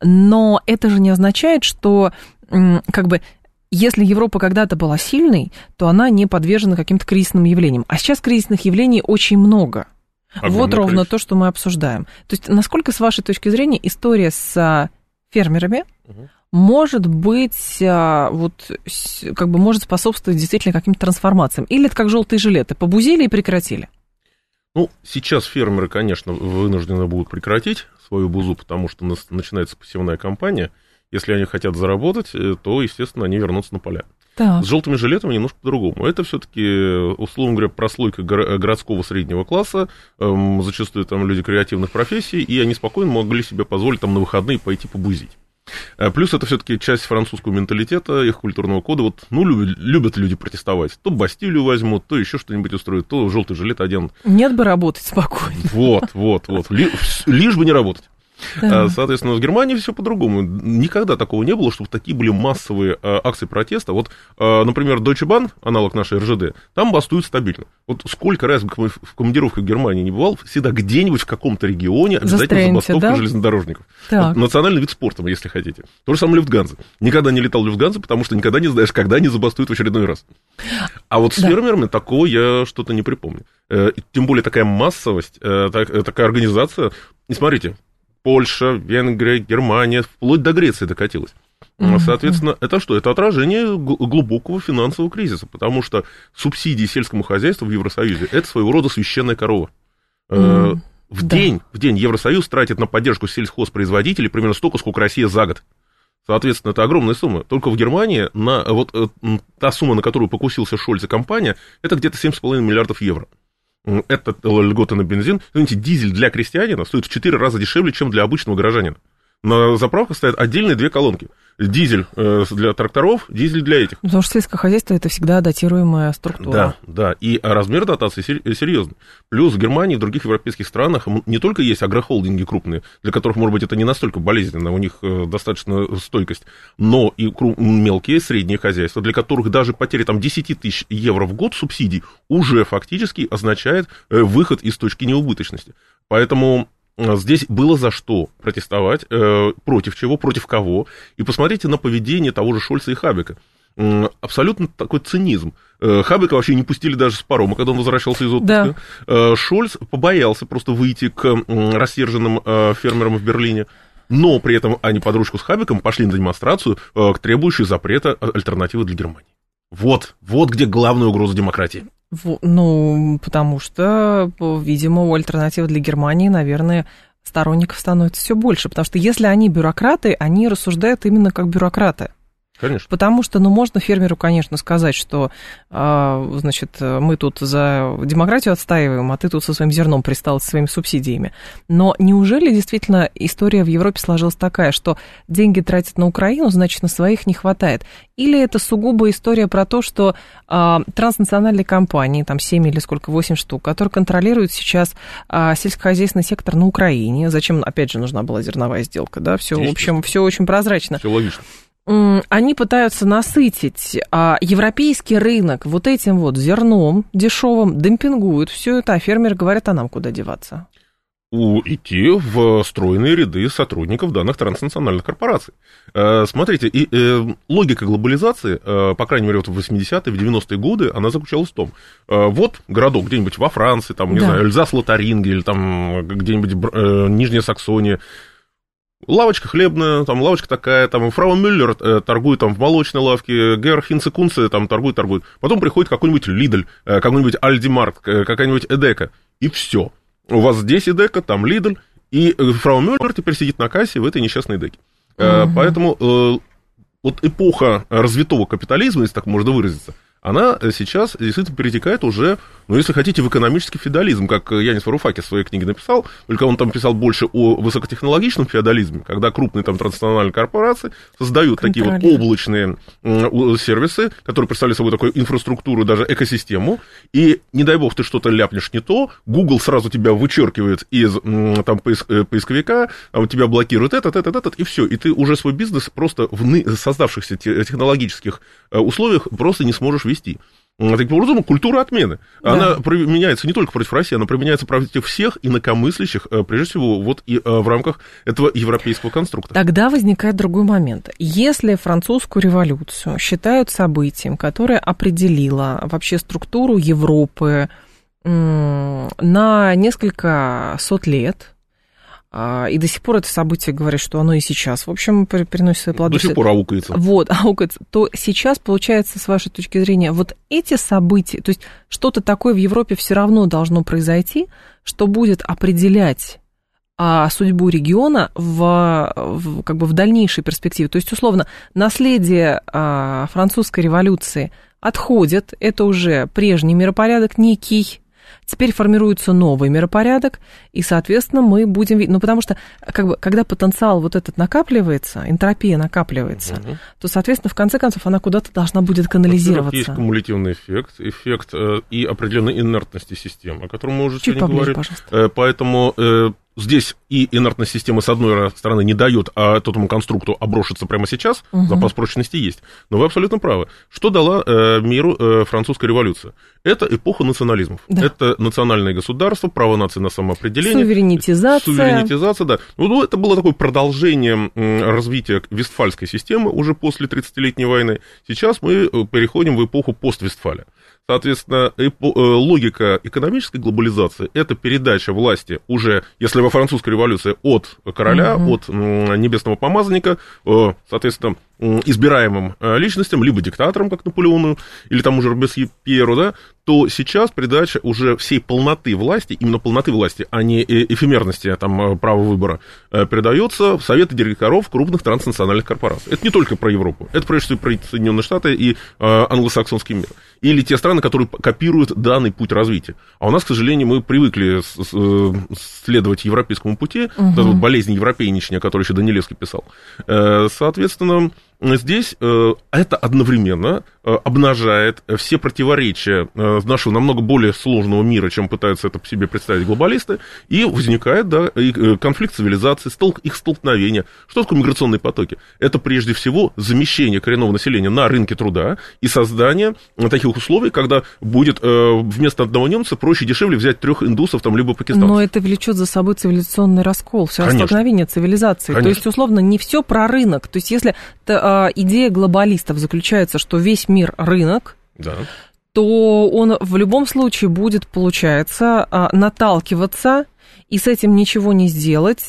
Speaker 5: Но это же не означает, что как бы если Европа когда-то была сильной, то она не подвержена каким-то кризисным явлениям. А сейчас кризисных явлений очень много. Огромное вот ровно количество. То, что мы обсуждаем. То есть, насколько, с вашей точки зрения, история с фермерами угу. может быть, вот, как бы может способствовать действительно каким-то трансформациям? Или это как желтые жилеты, побузили и прекратили?
Speaker 6: Ну, сейчас фермеры, конечно, вынуждены будут прекратить свою бузу, потому что начинается посевная кампания. Если они хотят заработать, то, естественно, они вернутся на поля. Так. С желтыми жилетами немножко по-другому. Это все-таки, условно говоря, прослойка городского среднего класса, эм, зачастую там люди креативных профессий, и они спокойно могли себе позволить там на выходные пойти побузить. Плюс это все-таки часть французского менталитета, их культурного кода. Вот, ну, любят, любят люди протестовать. То Бастилию возьмут, то еще что-нибудь устроят, то желтый жилет оденут.
Speaker 5: Нет бы работать спокойно.
Speaker 6: Вот, вот, вот. Лишь бы не работать. Да. Соответственно, в Германии все по-другому. Никогда такого не было, чтобы такие были массовые акции протеста. Вот, например, Deutsche Bahn, аналог нашей эр жэ дэ, там бастуют стабильно. Вот сколько раз в командировках в Германии не бывал, всегда где-нибудь в каком-то регионе обязательно забастовка, да? Железнодорожников. Вот, национальный вид спорта, если хотите. То же самое Люфтганза. Никогда не летал Люфтганза, потому что никогда не знаешь, когда они забастуют в очередной раз. А вот с да. фермерами такого я что-то не припомню. Тем более такая массовость, такая организация. И смотрите, Польша, Венгрия, Германия, вплоть до Греции докатилась. Mm-hmm. Соответственно, это что? Это отражение глубокого финансового кризиса, потому что субсидии сельскому хозяйству в Евросоюзе – это своего рода священная корова. Mm-hmm. В, да. день, в день Евросоюз тратит на поддержку сельхозпроизводителей примерно столько, сколько Россия за год. Соответственно, это огромная сумма. Только в Германии на, вот, та сумма, на которую покусился Шольц и компания, это где-то семь с половиной миллиардов евро. Это льготы на бензин. Знаете, дизель для крестьянина стоит в четыре раза дешевле, чем для обычного горожанина. На заправках стоят отдельные две колонки. Дизель для тракторов, дизель для этих.
Speaker 5: Потому что сельское хозяйство – это всегда датируемая структура.
Speaker 6: Да, да. И размер дотации серьезный. Плюс в Германии и в других европейских странах не только есть агрохолдинги крупные, для которых, может быть, это не настолько болезненно, у них достаточно стойкость, но и мелкие, средние хозяйства, для которых даже потеря там, десять тысяч евро в год субсидий уже фактически означает выход из точки неубыточности. Поэтому здесь было за что протестовать, э, против чего, против кого. И посмотрите на поведение того же Шольца и Хабека. Э, абсолютно такой цинизм. Э, Хабека вообще не пустили даже с парома, когда он возвращался из отпуска. Да. Э, Шольц побоялся просто выйти к э, рассерженным э, фермерам в Берлине. Но при этом они под ручку с Хабеком пошли на демонстрацию, э, требующую запрета альтернативы для Германии. Вот, вот где главная угроза демократии.
Speaker 5: Ну, потому что, видимо, у альтернативы для Германии, наверное, сторонников становится все больше. Потому что если они бюрократы, они рассуждают именно как бюрократы.
Speaker 6: Конечно.
Speaker 5: Потому что, ну, можно фермеру, конечно, сказать, что, значит, мы тут за демократию отстаиваем, а ты тут со своим зерном пристал, со своими субсидиями. Но неужели действительно история в Европе сложилась такая, что деньги тратят на Украину, значит, на своих не хватает? Или это сугубо история про то, что а, транснациональные компании, там семь или сколько, восемь штук, которые контролируют сейчас а, сельскохозяйственный сектор на Украине, зачем, опять же, нужна была зерновая сделка, да, все, в общем, все очень прозрачно.
Speaker 6: Все логично.
Speaker 5: Они пытаются насытить а, европейский рынок вот этим вот зерном дешевым, демпингуют все это, а фермеры говорят, а нам куда деваться?
Speaker 6: Идти в стройные ряды сотрудников данных транснациональных корпораций. Смотрите, и, э, логика глобализации, э, по крайней мере, вот в восьмидесятые, в девяностые годы, она заключалась в том, э, вот городок где-нибудь во Франции, там, не да. знаю, Эльзас-Лотарингия, или там где-нибудь э, Нижняя Саксония, лавочка хлебная, там лавочка такая, там фрау Мюллер э, торгует там в молочной лавке, Герр Хинце Кунце там торгует, торгует. Потом приходит какой-нибудь Лидль, э, какой-нибудь Альдимарт, э, какая-нибудь Эдека, и все. у вас здесь Идека, там Лидль, и фрау Мюллер теперь сидит на кассе в этой несчастной Идеке. Uh-huh. Поэтому вот эпоха развитого капитализма, если так можно выразиться, она сейчас действительно перетекает уже, ну, если хотите, в экономический феодализм, как Янис Варуфакис в своей книге написал, только он там писал больше о высокотехнологичном феодализме, когда крупные там транснациональные корпорации создают такие вот облачные сервисы, которые представляют собой такую инфраструктуру, даже экосистему, и, не дай бог, ты что-то ляпнешь не то, Google сразу тебя вычеркивает из там поисковика, а у тебя блокирует этот, этот, этот, и все, и ты уже свой бизнес просто в создавшихся технологических условиях просто не сможешь вести. Таким образом, культура отмены. Да. Она применяется не только против России, она применяется против всех инакомыслящих, прежде всего, вот и в рамках этого европейского конструкта.
Speaker 5: Тогда возникает другой момент. Если французскую революцию считают событием, которое определило вообще структуру Европы на несколько сот лет, и до сих пор это событие, говорят, что оно и сейчас, в общем, приносит свои плоды.
Speaker 6: До сих пор аукается.
Speaker 5: Вот, аукается. То сейчас, получается, с вашей точки зрения, вот эти события, то есть что-то такое в Европе все равно должно произойти, что будет определять а, судьбу региона в, в, как бы в дальнейшей перспективе. То есть, условно, наследие а, французской революции отходит, это уже прежний миропорядок некий. Теперь формируется новый миропорядок, и, соответственно, мы будем видеть... Ну, потому что, как бы, когда потенциал вот этот накапливается, энтропия накапливается, угу. то, соответственно, в конце концов, она куда-то должна будет канализироваться.
Speaker 6: Есть кумулятивный эффект, эффект э, и определенной инертности системы, о котором мы уже
Speaker 5: Чуть
Speaker 6: сегодня
Speaker 5: поближе,
Speaker 6: говорили. Э, поэтому... Э, Здесь и инертность системы, с одной стороны, не дает а этому конструкту оброшиться прямо сейчас, угу. запас прочности есть. Но вы абсолютно правы. Что дала э, миру э, французская революция? Это эпоха национализмов. Да. Это национальное государство, право нации на самоопределение.
Speaker 5: Суверенитизация.
Speaker 6: Суверенитизация, да. Ну, это было такое продолжение развития Вестфальской системы уже после тридцатилетней войны. Сейчас мы переходим в эпоху пост-Вестфалия. Соответственно, эпо- логика экономической глобализации – это передача власти уже, если во французской революции, от короля, угу. от небесного помазанника, соответственно, избираемым личностям, либо диктаторам, как Наполеону, или тому же Робеспьеру, да, то сейчас передача уже всей полноты власти, именно полноты власти, а не эфемерности там, права выбора, передается в советы директоров крупных транснациональных корпораций. Это не только про Европу, это прежде всего про Соединенные Штаты и англосаксонский мир. Или те страны, которые копируют данный путь развития. А у нас, к сожалению, мы привыкли следовать европейскому пути, угу. вот болезнь европейничания, о которой еще Данилевский писал. Соответственно, здесь это одновременно обнажает все противоречия нашего намного более сложного мира, чем пытаются это себе представить глобалисты, и возникает, да, конфликт цивилизаций, их столкновение. Что такое миграционные потоки? Это прежде всего замещение коренного населения на рынке труда и создание таких условий, когда будет вместо одного немца проще и дешевле взять трех индусов, там, либо пакистанцев.
Speaker 5: Но это влечет за собой цивилизационный раскол, все столкновение цивилизаций. Конечно. То есть, условно, не все про рынок. То есть, если идея глобалистов заключается, что весь мир рынок, да. то он в любом случае будет, получается, наталкиваться и с этим ничего не сделать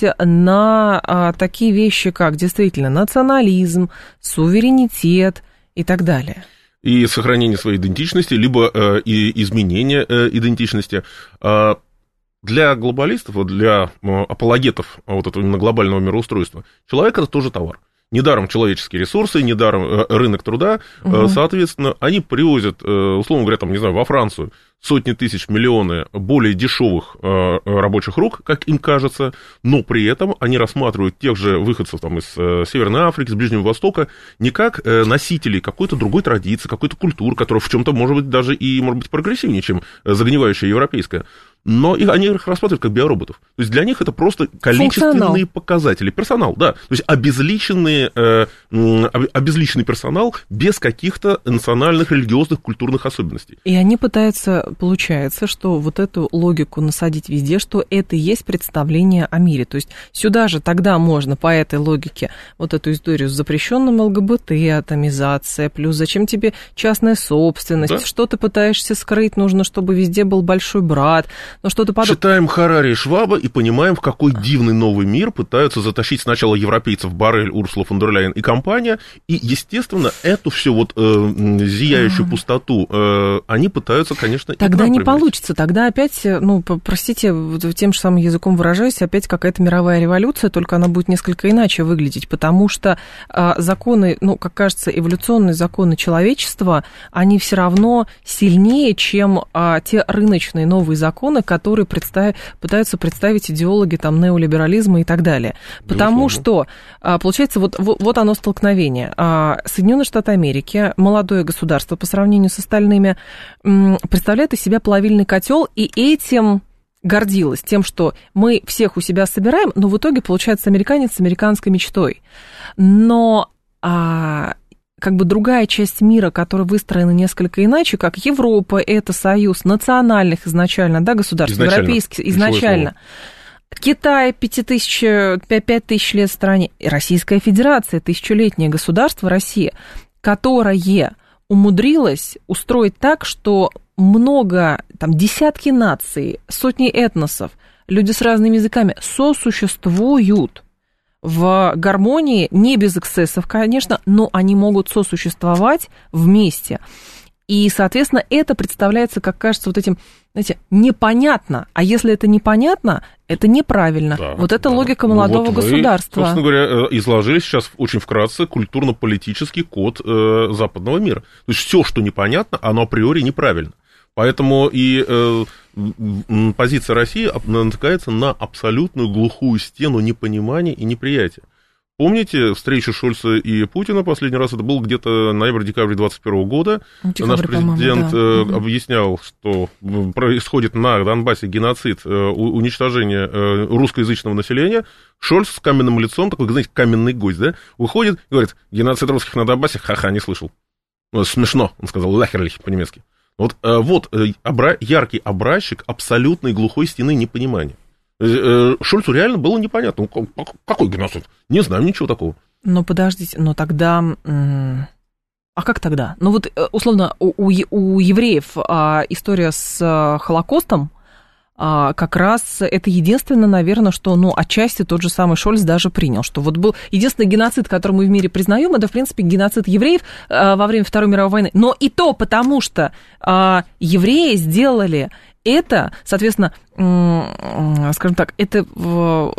Speaker 5: на такие вещи, как действительно национализм, суверенитет и так далее.
Speaker 6: И сохранение своей идентичности, либо э, и изменение э, идентичности. Э, для глобалистов, для э, апологетов вот этого именно глобального мироустройства, человек – это тоже товар. Недаром человеческие ресурсы, недаром рынок труда, угу. соответственно, они привозят, условно говоря, там, не знаю, во Францию сотни тысяч, миллионы более дешевых рабочих рук, как им кажется, но при этом они рассматривают тех же выходцев там, из Северной Африки, с Ближнего Востока, не как носителей какой-то другой традиции, какой-то культуры, которая в чем-то может быть даже и, может быть, прогрессивнее, чем загнивающая европейская. Но их, они их рассматривают как биороботов. То есть для них это просто количественные функционал. Показатели. Персонал, да. То есть обезличенные, э, обезличенный персонал без каких-то национальных, религиозных, культурных особенностей.
Speaker 5: И они пытаются, получается, что вот эту логику насадить везде, что это и есть представление о мире. То есть сюда же тогда можно по этой логике вот эту историю с запрещенным ЛГБТ, атомизация, плюс зачем тебе частная собственность, да? Что ты пытаешься скрыть, нужно, чтобы везде был большой брат. но что-то подобное.
Speaker 6: Читаем Харари и Шваба и понимаем, в какой дивный новый мир пытаются затащить сначала европейцев Боррель, Урсула фон дер Ляйен и компания, и, естественно, эту всю вот э, зияющую а. пустоту э, они пытаются, конечно,
Speaker 5: тогда не
Speaker 6: примерить.
Speaker 5: Получится, тогда опять, ну, простите, тем же самым языком выражаясь, опять какая-то мировая революция, только она будет несколько иначе выглядеть, потому что э, законы, ну, как кажется, эволюционные законы человечества, они все равно сильнее, чем э, те рыночные новые законы, которые представ... пытаются представить идеологи там, неолиберализма и так далее. Потому Безусловно. что, получается, вот, вот оно столкновение. Соединенные Штаты Америки, молодое государство по сравнению с остальными, представляет из себя плавильный котел, и этим гордилась, тем, что мы всех у себя собираем, но в итоге получается американец с американской мечтой. Но... как бы другая часть мира, которая выстроена несколько иначе, как Европа, это союз национальных изначально, да, государств, изначально. Европейских изначально. Китай пять тысяч, пять тысяч лет в стране, Российская Федерация, тысячелетнее государство Россия, которое умудрилось устроить так, что много, там, десятки наций, сотни этносов, люди с разными языками сосуществуют в гармонии, не без эксцессов, конечно, но они могут сосуществовать вместе. И, соответственно, это представляется, как кажется, вот этим, знаете, непонятно. А если это непонятно, это неправильно. Да, вот это да. логика молодого ну, вот государства.
Speaker 6: Вы, собственно говоря, изложили сейчас очень вкратце культурно-политический код э, западного мира. То есть все, что непонятно, оно априори неправильно. Поэтому и э, позиция России натыкается на абсолютную глухую стену непонимания и неприятия. Помните встречу Шольца и Путина последний раз? Это был где-то ноябрь-декабрь двадцать первого года. Декабрь, Наш президент да. э, объяснял, что происходит на Донбассе геноцид, э, уничтожение э, русскоязычного населения. Шольц с каменным лицом, такой, знаете, каменный гость, да, выходит и говорит: геноцид русских на Донбассе, ха-ха, не слышал. Ну, смешно, он сказал, лахерлих по-немецки. Вот, вот обра... яркий образчик абсолютной глухой стены непонимания. Шольцу реально было непонятно. Ну, какой геноцид? Не знаю, ничего такого.
Speaker 5: Но подождите, но тогда... А как тогда? Ну вот, условно, у, у евреев история с Холокостом, как раз это единственное, наверное, что, ну, отчасти тот же самый Шольц даже принял, что вот был единственный геноцид, который мы в мире признаем, это, в принципе, геноцид евреев во время Второй мировой войны. Но и то потому, что евреи сделали это, соответственно, скажем так, это в,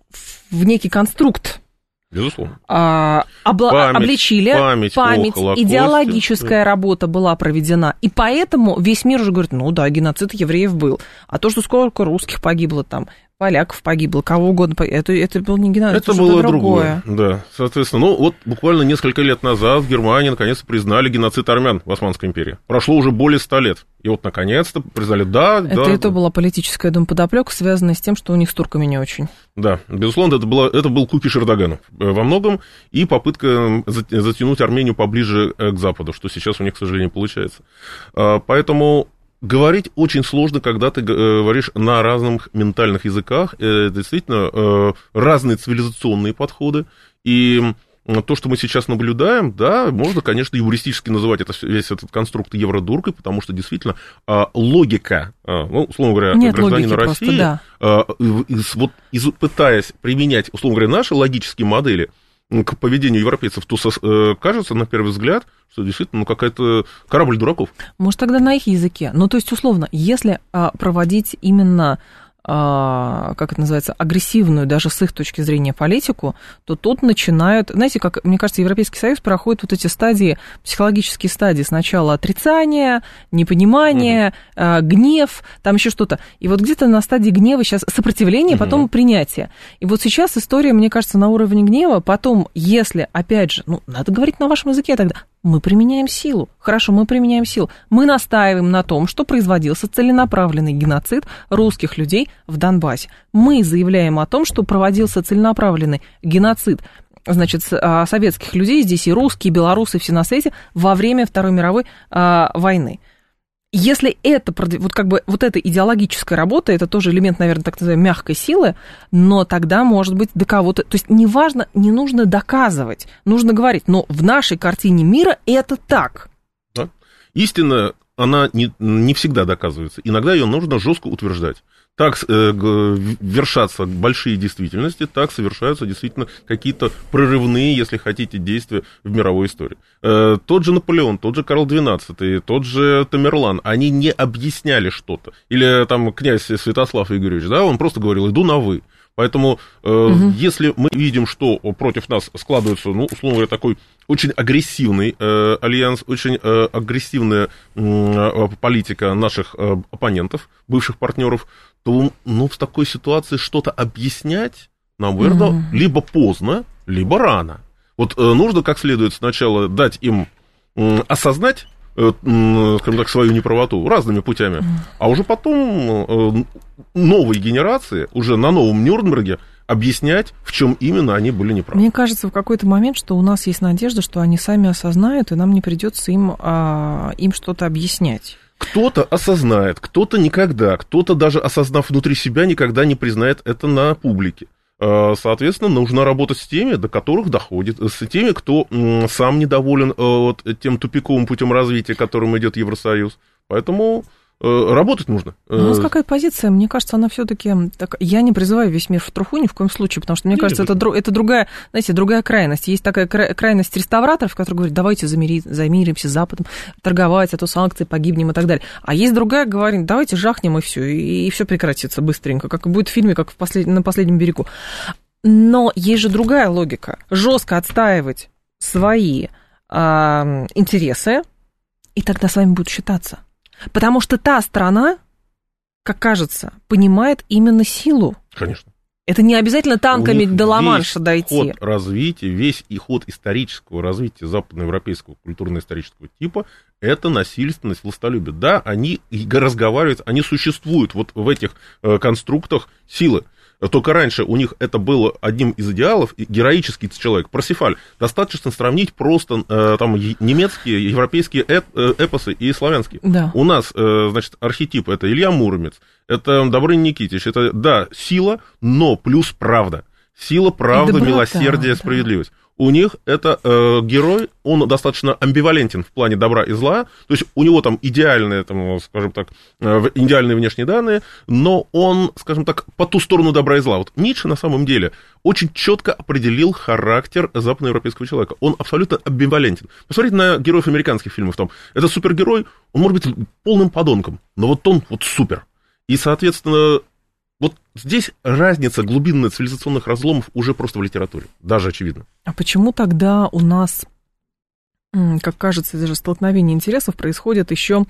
Speaker 5: в некий конструкт.
Speaker 6: Безусловно.
Speaker 5: А, обла- память, обличили,
Speaker 6: память,
Speaker 5: память идеологическая работа была проведена, и поэтому весь мир уже говорит, ну да, геноцид евреев был, а то, что сколько русских погибло там, поляков погибло, кого угодно, это, это был не геноцид,
Speaker 6: это, это было другое. другое. Да, соответственно, ну вот буквально несколько лет назад в Германии наконец-то признали геноцид армян в Османской империи. Прошло уже более ста лет, и вот наконец-то признали, да,
Speaker 5: это,
Speaker 6: да.
Speaker 5: Это да. была политическая, я думаю, подоплека, связанная с тем, что у них с турками не очень.
Speaker 6: Да, безусловно, это, было, это был купиш Эрдогана во многом, и попытка затянуть Армению поближе к Западу, что сейчас у них, к сожалению, получается. Поэтому говорить очень сложно, когда ты говоришь на разных ментальных языках. Это действительно разные цивилизационные подходы. И то, что мы сейчас наблюдаем, да, можно, конечно, юмористически называть это, весь этот конструкт евродуркой, потому что действительно логика, ну, условно говоря,
Speaker 5: Нет
Speaker 6: гражданина
Speaker 5: просто,
Speaker 6: России,
Speaker 5: да.
Speaker 6: вот пытаясь применять, условно говоря, наши логические модели к поведению европейцев, то кажется, на первый взгляд, что действительно ну, какая-то корабль дураков.
Speaker 5: Может, тогда на их языке. Ну, то есть, условно, если а, проводить именно, а, как это называется, агрессивную, даже с их точки зрения, политику, то тут начинают... Знаете, как, мне кажется, Европейский Союз проходит вот эти стадии, психологические стадии. Сначала отрицание, непонимание, угу. а, гнев, там еще что-то. И вот где-то на стадии гнева сейчас сопротивление, угу. потом принятие. И вот сейчас история, мне кажется, на уровне гнева. Потом, если, опять же, ну, надо говорить на вашем языке тогда... Мы применяем силу. Хорошо, мы применяем силу. Мы настаиваем на том, что производился целенаправленный геноцид русских людей в Донбассе. Мы заявляем о том, что проводился целенаправленный геноцид, значит, советских людей, здесь и русские, и белорусы, и все на свете, во время Второй мировой а, войны. Если это, вот как бы, вот эта идеологическая работа, это тоже элемент, наверное, так называемой мягкой силы, но тогда, может быть, до кого-то... То есть, неважно, не нужно доказывать, нужно говорить, но в нашей картине мира это так.
Speaker 6: Да. Истина она не, не всегда доказывается. Иногда ее нужно жестко утверждать. Так э, вершатся большие действительности, так совершаются действительно какие-то прорывные, если хотите, действия в мировой истории. Э, тот же Наполеон, тот же Карл двенадцатый, тот же Тамерлан, они не объясняли что-то. Или там князь Святослав Игоревич, да, он просто говорил, иду на «вы». Поэтому, э, угу. если мы видим, что против нас складывается, ну, условно говоря, такой очень агрессивный э, альянс, очень э, агрессивная э, политика наших э, оппонентов, бывших партнеров, то, ну, в такой ситуации что-то объяснять нам, наверное, угу. либо поздно, либо рано. Вот э, нужно как следует сначала дать им э, осознать, скажем так, свою неправоту разными путями, а уже потом новой генерации, уже на новом Нюрнберге, объяснять, в чем именно они были неправы.
Speaker 5: Мне кажется, в какой-то момент, что у нас есть надежда, что они сами осознают, и нам не придется им, а, им что-то объяснять.
Speaker 6: Кто-то осознает, кто-то никогда, кто-то даже осознав внутри себя, никогда не признает это на публике. Соответственно, нужно работать с теми, до которых доходит, с теми, кто сам недоволен вот тем тупиковым путем развития, которым идет Евросоюз. Поэтому работать нужно.
Speaker 5: У нас какая позиция? Мне кажется, она все-таки так. Я не призываю весь мир в труху ни в коем случае, потому что мне кажется, это, это другая, знаете, другая крайность. Есть такая крайность реставраторов, которые говорят, давайте замири, замиримся с Западом, торговать, а то санкции, погибнем и так далее. А есть другая, говорит, давайте жахнем и все, и, и все прекратится быстренько, как будет в фильме, как в послед... на «Последнем берегу». Но есть же другая логика. Жестко отстаивать свои э, интересы, и тогда с вами будут считаться. Потому что та страна, как кажется, понимает именно силу.
Speaker 6: Конечно.
Speaker 5: Это не обязательно танками до Ла-Манша дойти.
Speaker 6: Ход развития, весь и ход исторического развития западноевропейского культурно-исторического типа – это насильственность, властолюбие. Да, они разговаривают, они существуют вот в этих конструктах силы. Только раньше у них это было одним из идеалов, героический человек, Парсифаль. Достаточно сравнить просто э, там немецкие, европейские эп, э, эпосы и славянские. Да. У нас, э, значит, архетип – это Илья Муромец, это Добрыня Никитич, это, да, сила, но плюс правда. Сила, правда, милосердие, да, справедливость. У них это э, герой, он достаточно амбивалентен в плане добра и зла, то есть у него там идеальные, там, скажем так, э, идеальные внешние данные, но он, скажем так, по ту сторону добра и зла. Вот Ницше на самом деле очень четко определил характер западноевропейского человека. Он абсолютно амбивалентен. Посмотрите на героев американских фильмов. Там, это супергерой, он может быть полным подонком, но вот он вот супер. И, соответственно, вот здесь разница глубинных цивилизационных разломов уже просто в литературе, даже очевидно.
Speaker 5: А почему тогда у нас, как кажется, даже столкновение интересов происходит еще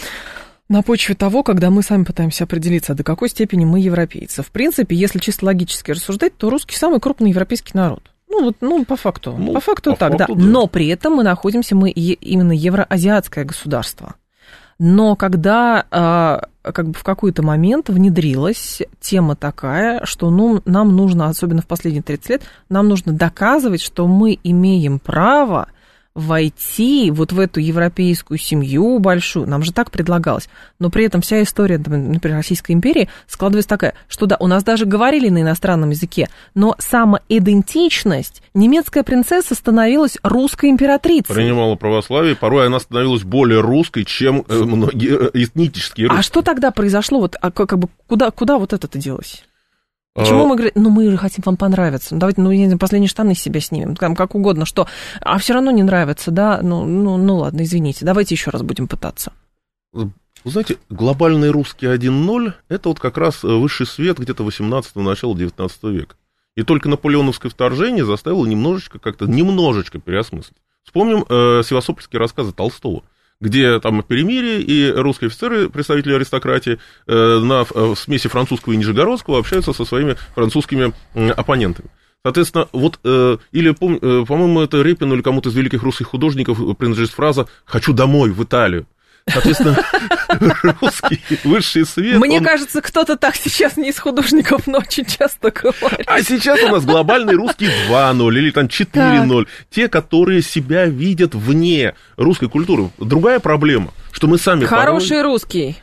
Speaker 5: на почве того, когда мы сами пытаемся определиться, до какой степени мы европейцы? В принципе, если чисто логически рассуждать, то русский самый крупный европейский народ. Ну, вот, ну, по факту, ну, по факту по так, факту, да. да. Но при этом мы находимся, мы именно евроазиатское государство. Но когда как бы в какой-то момент внедрилась тема такая, что ну, нам нужно, особенно в последние тридцать лет, нам нужно доказывать, что мы имеем право войти вот в эту европейскую семью большую. Нам же так предлагалось. Но при этом вся история, например, Российской империи складывается такая, что да, у нас даже говорили на иностранном языке, но самоидентичность, немецкая принцесса становилась русской императрицей.
Speaker 6: Принимала православие, порой она становилась более русской, чем многие этнические русские.
Speaker 5: А что тогда произошло? Вот, а как бы, куда, куда вот это-то делось? Почему а... мы говорим, ну мы же хотим вам понравиться, ну давайте, ну, я не знаю, последние штаны с себя снимем, там, как угодно, что, а все равно не нравится, да, ну, ну, ну ладно, извините, давайте еще раз будем пытаться.
Speaker 6: Вы знаете, глобальный русский один ноль, это вот как раз высший свет где-то восемнадцатого, начала девятнадцатого века. И только наполеоновское вторжение заставило немножечко, как-то немножечко переосмыслить. Вспомним э, севастопольские рассказы Толстого, где там перемирие, и русские офицеры, представители аристократии, э, на в смеси французского и нижегородского общаются со своими французскими э, оппонентами. Соответственно, вот, э, или, пом, э, по-моему, это Репину или кому-то из великих русских художников принадлежит фраза «хочу домой, в Италию». Соответственно, русский высший свет...
Speaker 5: Мне он... кажется, кто-то так сейчас не из художников, но очень часто говорит.
Speaker 6: А сейчас у нас глобальный русский два ноль или там четыре ноль. Те, которые себя видят вне русской культуры. Другая проблема, что мы сами...
Speaker 5: Хороший
Speaker 6: порой...
Speaker 5: русский.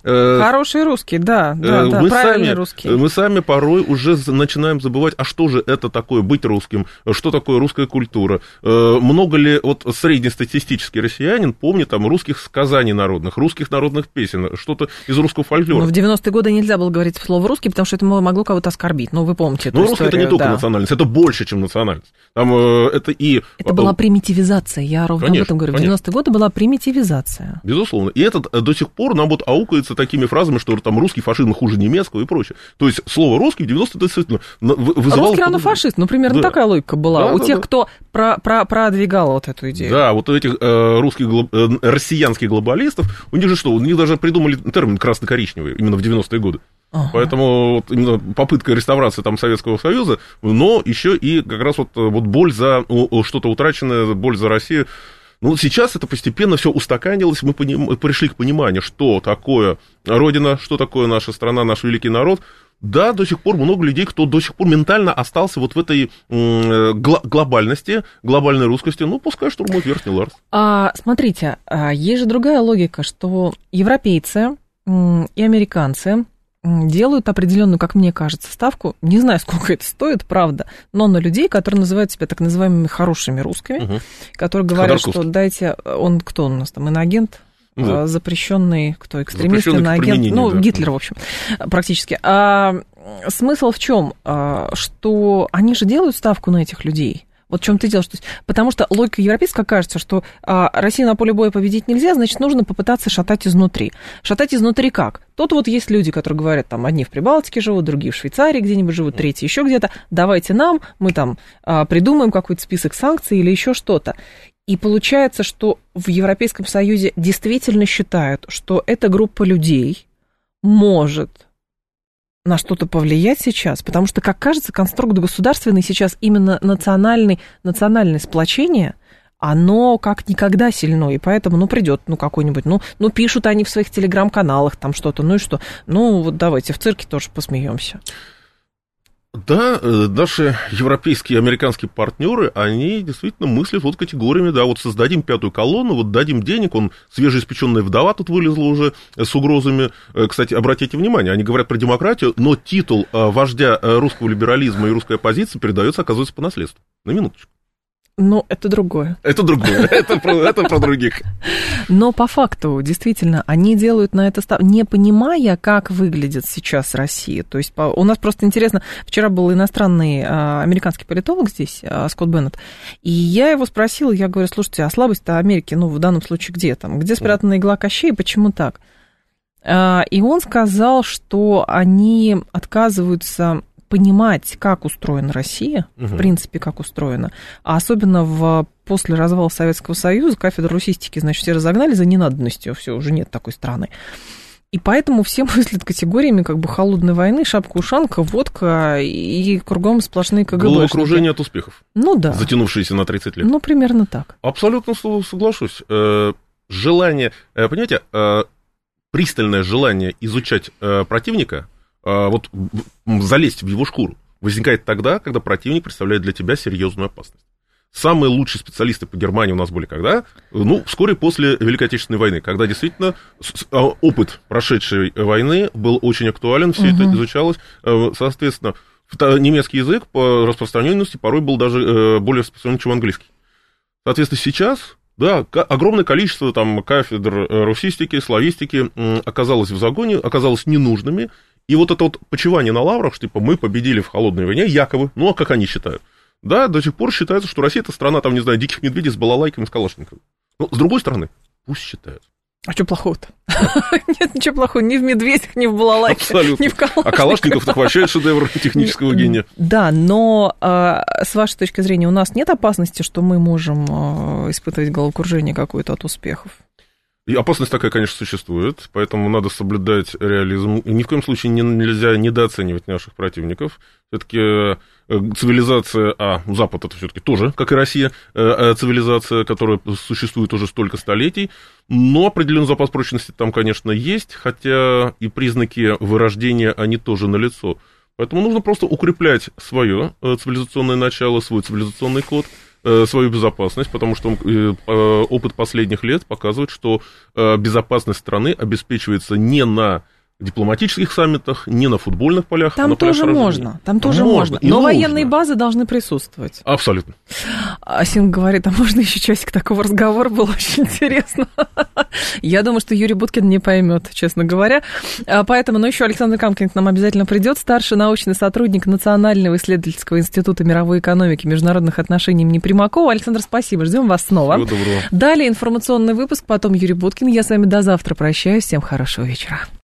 Speaker 5: Хорошие русские, да, да, да,
Speaker 6: мы
Speaker 5: правильные
Speaker 6: сами,
Speaker 5: русские.
Speaker 6: Мы сами порой уже начинаем забывать, а что же это такое быть русским, что такое русская культура. Много ли вот среднестатистический россиянин помнит там русских сказаний народных, русских народных песен, что-то из русского фольклора?
Speaker 5: Но в девяностые годы нельзя было говорить слово «русский», потому что это могло кого-то оскорбить. Ну, вы помните эту
Speaker 6: Ну,
Speaker 5: историю.
Speaker 6: русский — это не только
Speaker 5: да.
Speaker 6: национальность, это больше, чем национальность. Там, это и...
Speaker 5: Это была примитивизация, я ровно
Speaker 6: конечно,
Speaker 5: об этом говорю. В
Speaker 6: конечно.
Speaker 5: девяностые годы была примитивизация.
Speaker 6: Безусловно. И это до сих пор нам вот аукается такими фразами, что там русский фашизм хуже немецкого и прочее. То есть слово «русский» в девяностые действительно вызывало...
Speaker 5: Русский равно фашист, ну, примерно
Speaker 6: да.
Speaker 5: такая логика была
Speaker 6: да,
Speaker 5: у
Speaker 6: да,
Speaker 5: тех,
Speaker 6: да.
Speaker 5: кто про, про, продвигал вот эту идею.
Speaker 6: Да, вот у этих э, русских, э, россиянских глобалистов, у них же что, у них даже придумали термин красно-коричневый именно в девяностые годы. Ага. Поэтому вот именно попытка реставрации там Советского Союза, но еще и как раз вот, вот боль за что-то утраченное, боль за Россию. Ну, сейчас это постепенно все устаканилось, мы, поним, мы пришли к пониманию, что такое Родина, что такое наша страна, наш великий народ. Да, до сих пор много людей, кто до сих пор ментально остался вот в этой м- гл- глобальности, глобальной русскости. Ну, пускай штурмует Верхний Ларс.
Speaker 5: А, смотрите, есть же другая логика, что европейцы м- и американцы делают определенную, как мне кажется, ставку, не знаю, сколько это стоит, правда, но на людей, которые называют себя так называемыми хорошими русскими, угу. которые говорят, что дайте, он кто у нас там, иноагент, да. запрещенный, кто, экстремист, иноагент, ну, да. Гитлер, в общем, практически. А смысл в чем? А, что они же делают ставку на этих людей. Вот в чем ты делаешь. Потому что логика европейская кажется, что а, Россию на поле боя победить нельзя, значит, нужно попытаться шатать изнутри. Шатать изнутри как? Тут вот есть люди, которые говорят, там, одни в Прибалтике живут, другие в Швейцарии где-нибудь живут, третьи еще где-то. Давайте нам, мы там а, придумаем какой-то список санкций или еще что-то. И получается, что в Европейском Союзе действительно считают, что эта группа людей может на что-то повлиять сейчас, потому что, как кажется, конструкт государственный сейчас, именно национальный, национальное сплочение, оно как никогда сильно, и поэтому, ну, придет, ну, какой-нибудь, ну, ну, пишут они в своих телеграм-каналах там что-то, ну и что, ну, вот давайте в цирке тоже посмеемся.
Speaker 6: Да, наши европейские и американские партнеры, они действительно мыслят вот категориями, да, вот создадим пятую колонну, вот дадим денег, он свежеиспеченная вдова тут вылезла уже с угрозами. Кстати, обратите внимание, они говорят про демократию, но титул вождя русского либерализма и русской оппозиции передается, оказывается, по наследству. На минуточку.
Speaker 5: Ну, это другое.
Speaker 6: Это другое, это про, это про других.
Speaker 5: Но по факту, действительно, они делают на это ставку, не понимая, как выглядит сейчас Россия. То есть у нас просто интересно, вчера был иностранный а, американский политолог здесь, а, Скотт Беннет, и я его спросила, я говорю, слушайте, а слабость-то Америки, ну, в данном случае где там? Где спрятана игла Кощея, почему так? А, и он сказал, что они отказываются понимать, как устроена Россия, угу. в принципе, как устроена, а особенно в, после развала Советского Союза кафедру русистики, значит, все разогнали за ненадобностью, все, уже нет такой страны. И поэтому все мыслят категориями как бы холодной войны, шапка-ушанка, водка и кругом сплошные КГБшники.
Speaker 6: Головокружение от успехов.
Speaker 5: Ну да.
Speaker 6: Затянувшиеся на тридцать лет.
Speaker 5: Ну, примерно так.
Speaker 6: Абсолютно соглашусь. Желание, понимаете, пристальное желание изучать противника, вот залезть в его шкуру, возникает тогда, когда противник представляет для тебя серьезную опасность. Самые лучшие специалисты по Германии у нас были когда? Ну, вскоре после Великой Отечественной войны, когда действительно опыт прошедшей войны был очень актуален, все угу. это изучалось. Соответственно, немецкий язык по распространенности порой был даже более распространен, чем английский. Соответственно, сейчас... Да, огромное количество там кафедр русистики, славистики оказалось в загоне, оказалось ненужными. И вот это вот почивание на лаврах, что типа мы победили в холодной войне, якобы, ну а как они считают? Да, до сих пор считается, что Россия это страна, там, не знаю, диких медведей с балалайками, с калашниковым. Ну, с другой стороны, пусть считают.
Speaker 5: А что плохого-то? Нет ничего плохого ни в медведях, ни в балалайках, ни в калашниковых.
Speaker 6: А Калашников так вообще шедевр технического гения.
Speaker 5: Да, но с вашей точки зрения у нас нет опасности, что мы можем испытывать головокружение какое-то от успехов?
Speaker 6: И опасность такая, конечно, существует, поэтому надо соблюдать реализм. И ни в коем случае не, нельзя недооценивать наших противников. Все-таки цивилизация, а Запад это все-таки тоже, как и Россия, цивилизация, которая существует уже столько столетий, но определенный запас прочности там, конечно, есть, хотя и признаки вырождения, они тоже налицо. Поэтому нужно просто укреплять свое цивилизационное начало, свой цивилизационный код, свою безопасность, потому что опыт последних лет показывает, что безопасность страны обеспечивается не на дипломатических саммитах, не на футбольных полях.
Speaker 5: Там
Speaker 6: а на
Speaker 5: тоже можно, там тоже можно. Но нужно. Военные базы должны присутствовать.
Speaker 6: Абсолютно.
Speaker 5: Асим говорит, а можно еще часик такого разговора, было очень интересно. Я думаю, что Юрий Буткин не поймет, честно говоря. Поэтому, ну, еще Александр Камкин к нам обязательно придет, старший научный сотрудник Национального исследовательского института мировой экономики и международных отношений имени Примакова. Александр, спасибо, ждем вас снова.
Speaker 6: Всего доброго.
Speaker 5: Далее информационный выпуск, потом Юрий Буткин. Я с вами до завтра прощаюсь. Всем хорошего вечера.